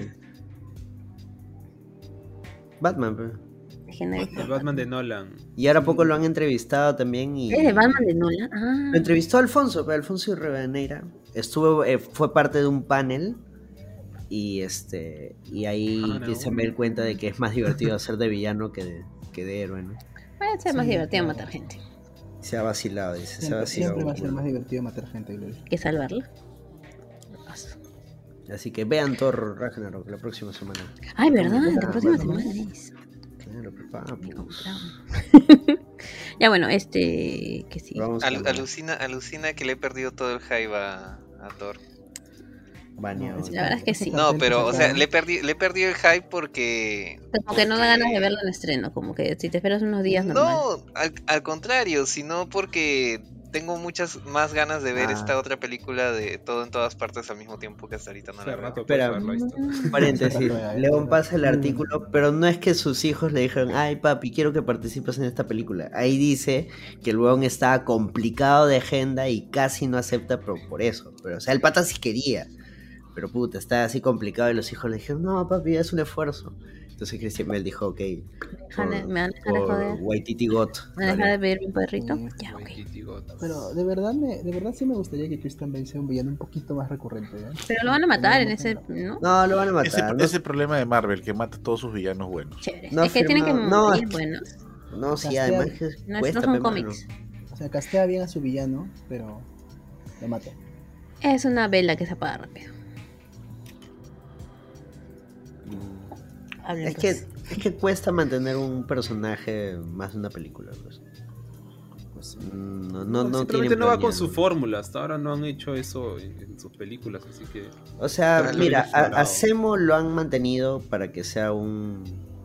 Batman, pero... Es que no he visto. El Batman de Nolan. Y ahora poco lo han entrevistado también y... ¿Es de Batman de Nolan? Ah. Lo entrevistó Alfonso, pero Alfonso Rivadeneira. Estuvo, eh, fue parte de un panel y este y ahí Ah, no. Christian Bale cuenta de que es más divertido hacer de villano que de, que de héroe, ¿no? Puede ser más Sí, divertido claro. matar gente Se ha vacilado, dice, se ha Siempre, vacilado. siempre va a ser bueno. más divertido matar gente, Gloria. que salvarla. Así que vean Thor Ragnarok la próxima semana. Ay, ¿verdad? Ah, La próxima bueno. semana es. Claro, papá, Me pues. compramos. Ya bueno, este. Que sí. Vamos Al- con alucina, alucina que le he perdido todo el hype a, a Thor. baneado. No, La verdad es que sí. No, pero, o sea, le he, perdi- le he perdido el hype porque... Como que no da porque- ganas de verlo en estreno. Como que si te esperas unos días normal. No, al, al contrario, sino porque tengo muchas más ganas de ver Ah. esta otra película de todo en todas partes al mismo tiempo que hasta ahorita no Hace la veo. rato Espera. puedes verlo, ahí está. Paréntesis, León pasa el Mm. artículo, pero no es que sus hijos le dijeron, ay papi, quiero que participes en esta película. Ahí dice que el weón estaba complicado de agenda y casi no acepta por, por eso. Pero, o sea, el pata sí quería, pero puta, está así complicado y los hijos le dijeron, no papi, es un esfuerzo. Entonces Christian Bale dijo, ok, Dejan de- me van a dejar de por joder. Waititi Got. ¿Me van a dejar de Vale. pedir un perrito? Sí. Ya, ok. Waititi God. Pero de verdad, me, de verdad sí me gustaría que Christian Bale sea un villano un poquito más recurrente. ¿eh? Pero lo van a matar en ese. ¿No? No, lo van a Ese matar. No, es el problema de Marvel, que mata a todos sus villanos buenos. Chévere. No es que tienen que firma- no, morir, es que- bueno. no, sí, Castea- además que No, no cuesta, son pe, mano. cómics. O sea, castea bien a su villano, pero lo mata. Es una vela que se apaga rápido. hablen. Es que, pues. es que cuesta mantener un personaje más de una película. Pues. Pues, No, no, No, no simplemente tienen no va con planeado. su fórmula. Hasta ahora no han hecho eso en, en sus películas, así que. O sea, Pero mira, bien a, a explorado. Zemo lo han mantenido para que sea un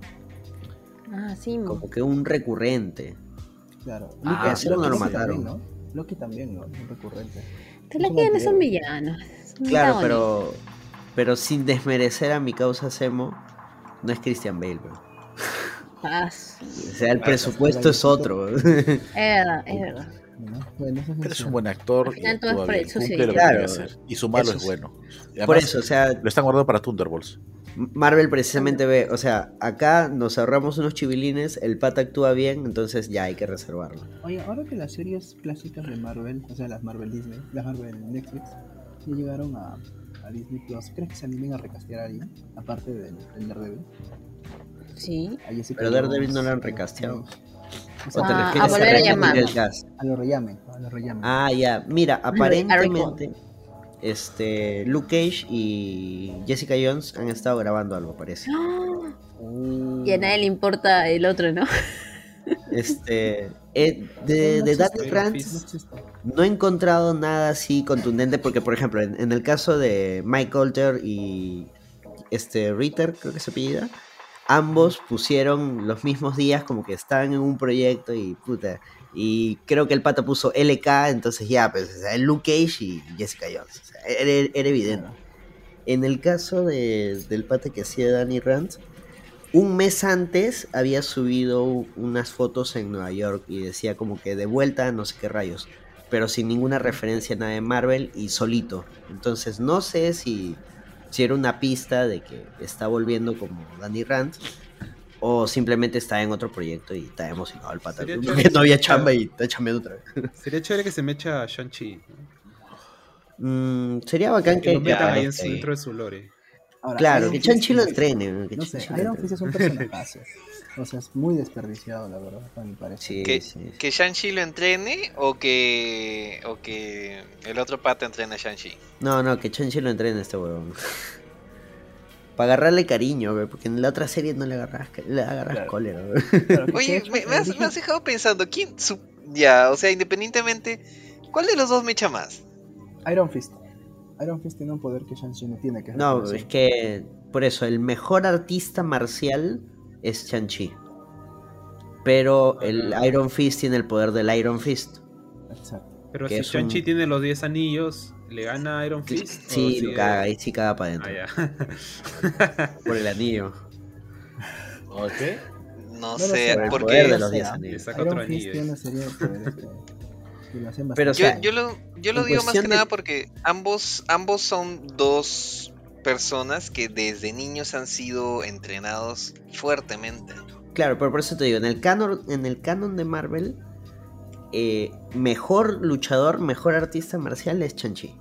Ah, sí, mo. como que un recurrente. claro. Ah, Loki- sí, no lo Loki mataron. también, ¿no? Loki también, ¿no? Es recurrente. Pero Es los un que no son antihéroe. villanos. son Claro, antagonistas. pero pero sin desmerecer a mi causa Zemo, no es Christian Bale, bro. Ah, sí. O sea, el Ah, presupuesto es otro. Es verdad, es verdad. ¿no? Bueno, eso es Pero es cierto. un buen actor Al y final todo actúa es por el bien, sucio cumple lo que dinero. tiene que hacer. Y su malo Eso es sí. bueno. Y Por además, eso, o sea, lo están guardando para Thunderbolts. Marvel precisamente ve, o sea, acá nos ahorramos unos chivilines, el pata actúa bien, entonces ya hay que reservarlo. Oye, ahora que las series clásicas de Marvel, o sea, las Marvel Disney, las Marvel Netflix, ya llegaron a, a Disney Plus, ¿crees que se animen a recastear a alguien? Aparte del, del Daredevil. Sí. A Jessica Pero Daredevil Jones, no lo han a Luke recasteado. Cage. O ¿O sea, te Ah, refieres a volver a repetir llamar. el cast? a los rellamen, a los rellamen. Ah, ya. Mira, A aparentemente este Luke Cage y Jessica Jones han estado grabando algo, parece. ¡Ah! Uh, Y a nadie le importa el otro, ¿no? Este eh, de, no de existe, Danny Iron Rand Fist. no existe. no he encontrado nada así contundente porque, por ejemplo, en, en el caso de Mike Colter y este Ritter, creo que se apellida, ambos pusieron los mismos días como que estaban en un proyecto y puta. Y creo que el pata puso L K, entonces ya, pues, o sea, Luke Cage y Jessica Jones. O sea, era, era evidente. Claro. En el caso de, del pata que hacía Danny Rand, un mes antes había subido unas fotos en Nueva York y decía como que de vuelta no sé qué rayos, pero sin ninguna referencia a nada de Marvel y solito. Entonces no sé si, si era una pista de que está volviendo como Danny Rand o simplemente está en otro proyecto y está emocionado el pata. Sería Porque chévere no había que- chamba y está chambeando otra vez. Sería chévere que se me echa a Shang-Chi. ¿no? Mm, sería bacán Que que, lo que metan ahí en aparezca su, ahí. dentro de su lore. Ahora, Claro, Iron que Fist Chanchi lo es- entrene. Que No sé, Chanchi lo Iron Fist entrene. es un personajazo. O sea, es muy desperdiciado, la verdad, a mi parecer. Sí, Que, sí. que Shang-Chi lo entrene o que o que el otro pata entrene a Shang-Chi. No, no, que Chanchi lo entrene este huevón. Para agarrarle cariño, güey, porque en la otra serie no le agarras, le agarras Claro. cólera, güey. Claro, que de Oye, hecho, me, el me has, origen- me has dejado pensando, ¿quién su- ya, o sea, independientemente, ¿cuál de los dos me echa más? Iron Fist. Iron Fist tiene un poder que Shang-Chi no tiene, que es el No, corazón. es que por eso, el mejor artista marcial es Chanchi. Pero el Ah. Iron Fist tiene el poder del Iron Fist. Exacto. Pero Que si es Shang-Chi un- tiene los diez anillos, ¿le gana a Iron Fist? ¿O Sí, sigue- lo caga, ahí sí caga para Ah, adentro. ya. Por el anillo. ¿Ok? No No lo sé, sé, por el porque poder de no los sé, diez ¿ah? anillos. Le saca Iron otro Fist anillo. tiene una serie de poderes que, que lo hacen Pero, o yo, sea, yo lo, yo lo en digo más cuestión que de- nada porque ambos, ambos son dos personas que desde niños han sido entrenados fuertemente. Claro, pero por eso te digo, en el canon, en el canon de Marvel, eh, mejor luchador, mejor artista marcial es Chanchi.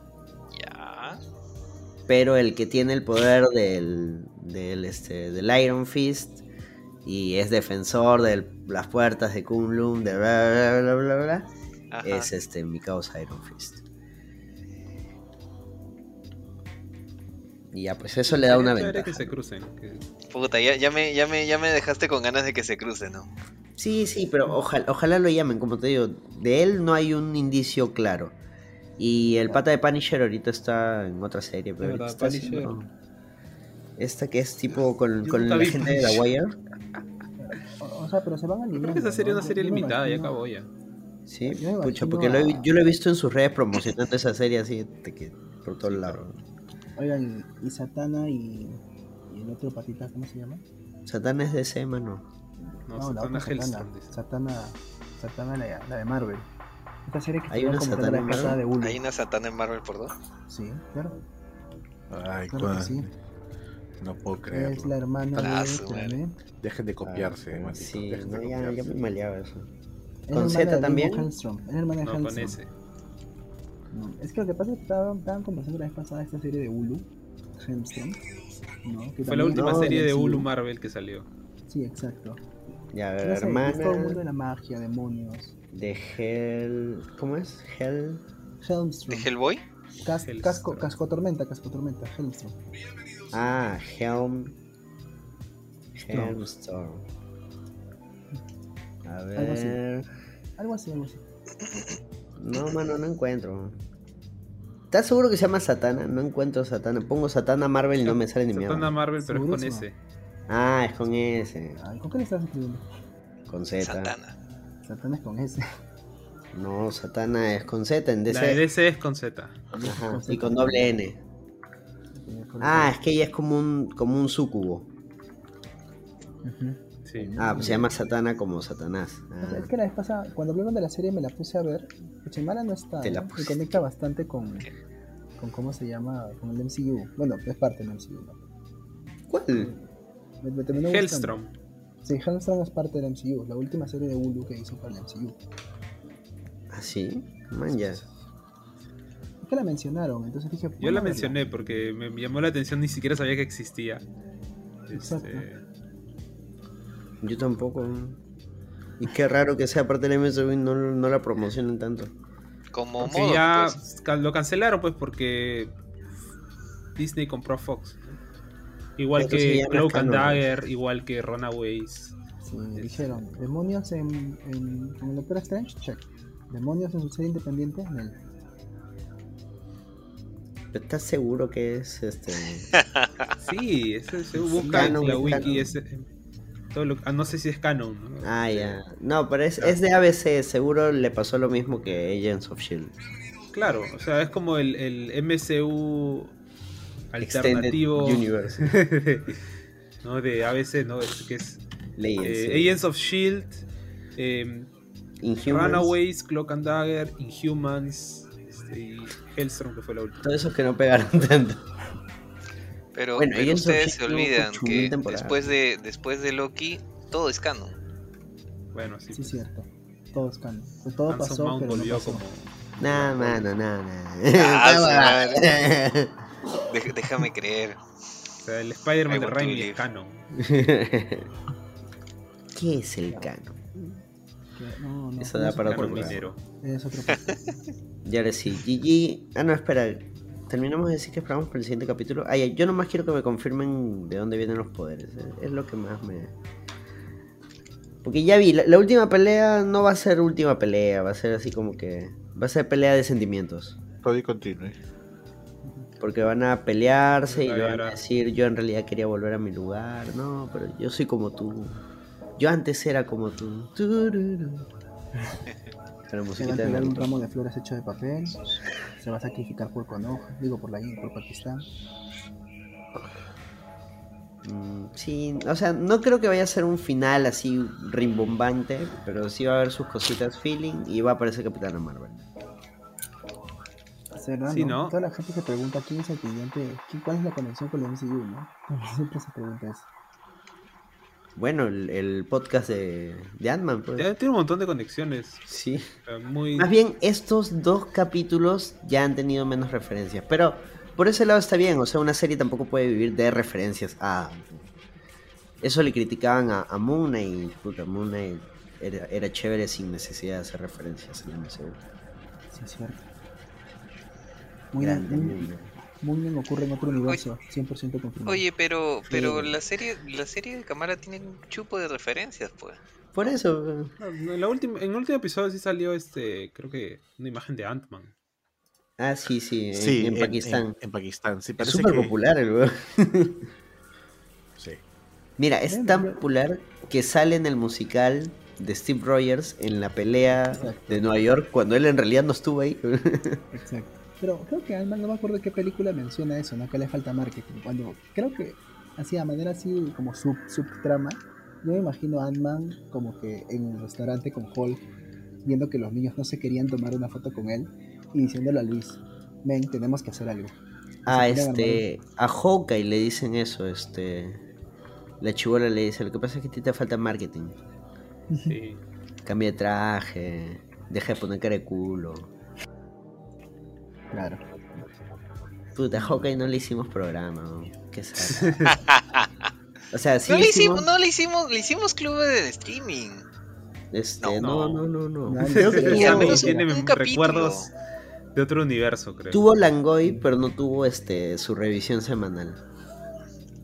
Ya. Pero el que tiene el poder del, del, este, del Iron Fist y es defensor de las puertas de Kunlun, de bla bla bla bla bla, bla, Ajá. es este mi causa Iron Fist. Y ya, pues eso le da una Sería chévere ventaja. que se crucen. que- Puta, ya, ya, me, ya, me, ya me dejaste con ganas de que se crucen, ¿no? Sí, sí, pero ojalá, ojalá lo llamen, como te digo, de él no hay un indicio claro. Y el pata de Punisher ahorita está en otra serie, pero Es ahorita verdad, está Punisher. haciendo esta que es tipo con, Yo con nunca la vi gente de la Punisher. Wire. O, o sea, pero se van Creo alineando. que esa serie es ¿no? una serie Yo me limitada, ya imagino- acabó ya. Sí, Yo me pucha, imagino porque lo he vi- a- yo lo he visto en sus redes promocionando esa serie así de que por todos Sí, lados. Oigan, y Satana y, y el otro patita, ¿cómo se llama? Satán es de ese, mano. No, la Satana otra Satana. Hellstrom, dice. Satana, Satana la, la de Marvel. Esta serie que ¿Hay se una como Satana la en casa Marvel? de Hulu. ¿Hay una Satana en Marvel por dos? Sí, claro. Ay, Claro cuál- que sí. No puedo Es creerlo. la hermana Ah, de... su madre. espérame. Dejen de copiarse, Ah, maldito. sí, Dejen de no, ya, ya copiarse. me maleaba eso. Es ¿Con la hermana Z de también? Damon Hellstrom. Es la hermana de No, con Hellstrom. ese. No, es que lo que pasa es que estaban, estaban conversando la vez pasada esta serie de Hulu, Hellstrom. ¿no? Que Fue la también última es serie de M C U. Hulu Marvel que salió. Sí, exacto. Ya, a No ver, sé, es todo el mundo hermana de la magia, demonios. de Hell... ¿Cómo es? Hell... ¿De Hellstrom. Hellboy? Cas- Hellstrom. casco, casco tormenta, casco tormenta, Hellstrom. Ah, Helm... Hellstorm. A Algo así. ver. Algo así, algo así. No, mano, no encuentro. ¿Estás seguro que se llama Satana? No encuentro Satana. Pongo Satana Marvel y no me sale ni mierda. Satana Marvel, pero es con Segurísimo. ese. Ah, es con S. Ay, ¿con qué le estás escribiendo? Con Z. Satana. Satán es con S. No, Satana es con Z en La de D C. D C es con Z. Ajá, y con doble N. Ah, es que ella es como un, como un súcubo. Ujú. Sí. Ah, pues se llama Satana como Satanás. Ah, Es que la vez pasada, cuando hablaron de la serie, me la puse a ver. Chimala no está. Te la ¿eh? Y pusiste. conecta bastante con, con cómo se llama, con el M C U. Bueno, es parte del M C U. ¿no? ¿Cuál? Me, me terminó gustando. Hellstrom. Sí, Hellstrom es parte del M C U, la última serie de Hulu que hizo para el M C U. ¿Ah, sí? Man, ya. Es que la mencionaron, entonces dije. Yo bueno, la a verla. mencioné porque me llamó la atención, ni siquiera sabía que existía. Exacto. Este, Yo tampoco. Y qué raro que sea parte del M C U y no, no la promocionen tanto. Como porque modo, ya pues. ca- lo cancelaron pues porque Disney compró a Fox. Igual Entonces que ya no es Cloak and canon, pues. Dagger, igual que Runaways. Sí, dijeron, demonios en, en, en el Doctor Strange, check. Demonios en su serie independiente, en el. ¿Estás seguro que es este? Sí, ese se Sí, busca en canon, la es wiki canon. ese, todo lo- ah, no sé si es canon, ¿no? Ah, Este, ya. No, pero es, es de A B C. Seguro le pasó lo mismo que Agents of Shield. Claro, o sea, es como el, el M C U alternativo Universe. ¿no? De A B C, ¿no? Es, que es Legends. eh, sí. Agents of Shield, eh, Inhumans. Runaways, Cloak and Dagger, Inhumans este, y Hellstrom, que fue la última. Todos esos que no pegaron tanto. Pero, Bueno, pero Agents of ustedes se Shield tuvo olvidan ocho mil que temporadas. después de, después de Loki, todo es canon. Bueno, sí. Sí, pues, cierto. Todo es canon. Pues todo Anson pasó, Mount pero no volvió pasó. como. Nah, mano, nah, nah. Ah, Toma. Dej- déjame creer. O sea, el Spider-Man I de want to Raimi believe. es canon. ¿Qué es el canon? Que- No, no, Eso no da es para otro otro Canon programa. minero. Es otro podcast. Y ahora sí, G G. Ah, no, espera. Terminamos de decir que esperamos por el siguiente capítulo. Ah, ya, yo nomás quiero que me confirmen de dónde vienen los poderes. Es, es lo que más me. Porque ya vi, la, la última pelea no va a ser última pelea, va a ser así como que. Va a ser pelea de sentimientos. Todo y continúe. Porque van a pelearse y Va a le van a llorar. decir: yo en realidad quería volver a mi lugar. No, pero yo soy como tú. Yo antes era como tú. Tururú. Con la Se va a musiquita de entregar un Naruto. ramo de flores hecho de papel. Se va a sacrificar por Konoha, digo por la India, por Pakistán. Mm, sí, o sea, no creo que vaya a ser un final así rimbombante, pero sí va a haber sus cositas feeling y va a aparecer Capitana Marvel. ¿Será, Sí, no? ¿no? Toda la gente se pregunta quién es el cliente, quién- cuál es la conexión con el M C U, ¿no? Siempre se pregunta eso. Bueno, el, el podcast de, de Ant-Man, pues. Ya tiene un montón de conexiones. Sí. O sea, muy. Más bien, estos dos capítulos ya han tenido menos referencias, pero por ese lado está bien, o sea, una serie tampoco puede vivir de referencias a... Eso le criticaban a, a Moon Knight, puta, Moon Knight era, era chévere sin necesidad de hacer referencias en el M C U. Sí, es cierto. Muy Grande bien, mundo. muy bien ocurre en otro universo, cien por ciento confirmado. Oye, pero, pero Sí. la serie, la serie de cámara tiene un chupo de referencias, pues. Por eso, No, no, en, la última, en el último episodio sí salió este, creo que una imagen de Ant-Man. ah, sí, sí, en, Sí, en Pakistán. En, en Pakistán, sí, Es parece súper que... popular el weón. Sí. Mira, es Bueno, tan pero- popular que sale en el musical de Steve Rogers en la pelea Exacto. de Nueva York cuando él en realidad no estuvo ahí. Exacto. Pero creo que Ant-Man, no me acuerdo qué película menciona eso, ¿no? Que le falta marketing. Cuando creo que así a manera así como sub subtrama, yo me imagino a Ant-Man como que en un restaurante con Hulk, viendo que los niños no se querían tomar una foto con él y diciéndole a Luis, men, tenemos que hacer algo. Ah, Se ponen a este, a Hawkeye le dicen eso, este, la chibola le dice, lo que pasa es que a ti te falta marketing, Sí. cambia de traje, deja de poner cara de culo. Claro. Puta, a Hawkeye no le hicimos programa, ¿no? Qué sad. O sea, sí no le hicimos, hicimos, no le hicimos, le himos club de streaming. este, No. no, no, no, no. No, Creo que no, Y al tuvo, menos tiene un capítulo. recuerdos de otro universo, creo. tuvo Langoy, pero no tuvo este su revisión semanal.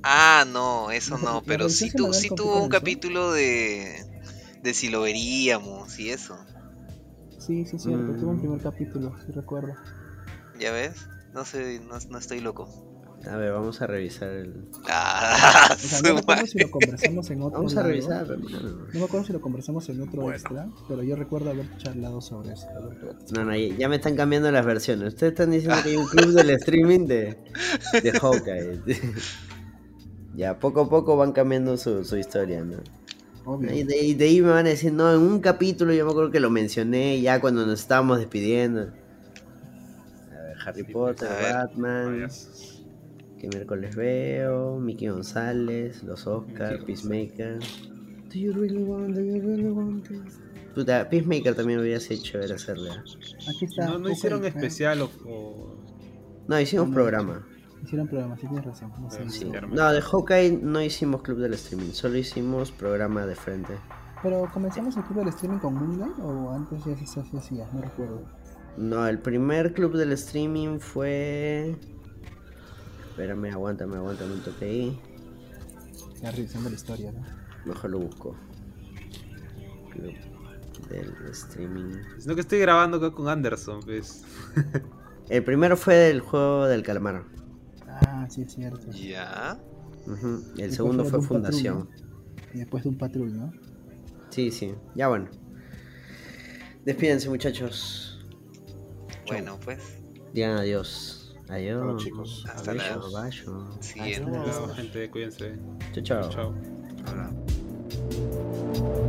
Ah, no, eso La- no, la pero sí, revisión tu, semanal sí con tuvo Pico un del Sol. capítulo de, de si lo veríamos y eso. Sí, sí, cierto. Tuvo un Mm. primer capítulo, sí recuerdo. ¿Ya ves? No sé, no, no estoy loco. A ver, vamos a revisar el... Ah, O sea, su no recuerdo madre. si lo conversamos en otro Vamos a lado. revisar, hermano. No me acuerdo si lo conversamos en otro Bueno. extra, pero yo recuerdo haber charlado sobre eso. A ver, espérate. No, no, ya, ya me están cambiando las versiones. Ustedes están diciendo que hay un club del streaming de, de Hawkeye. Ya, poco a poco van cambiando su, su historia, ¿no? Obvio. Y de, y de ahí me van a decir, no, en un capítulo yo me acuerdo que lo mencioné ya cuando nos estábamos despidiendo. A ver, Harry Sí, Potter, a ver. Batman, Payasos. que miércoles veo, Mickey González, Los Oscar, Mickey Peacemaker. Do you really want, do you really want this? Puta, Peacemaker también hubiese hecho era hacerle. Aquí está. No, no hicieron Hawkeye, especial o, o- No, hicimos Ah, no, programa. eh, Hicieron programa, sí tienes razón. No sé. Pero Sí. Sí, hermano. No, de Hawkeye no hicimos club del streaming, solo hicimos programa de frente. Pero comenzamos el club del streaming con Moon Knight o antes ya se se hacía, no recuerdo. No, el primer club del streaming fue... Espérame, aguántame, aguántame un toque ahí. Ya revisando la historia, ¿no? Mejor lo busco. Club del streaming. Sino que estoy grabando acá con Anderson, pues. El primero fue el juego del calamar. Ah, sí, es cierto. Ya. Ujú, y el Después segundo de fue Doom Patrol, Fundación. ¿no? Y después de un patrul, ¿no? Sí, sí. Ya bueno. Despídense, muchachos. Bueno, pues. Digan adiós. Adiós. Bueno, chicos. Hasta Adiós, luego. bayo. Siguiente. Nos vemos, gente, cuídense. Chao, chao. Chao. Hola.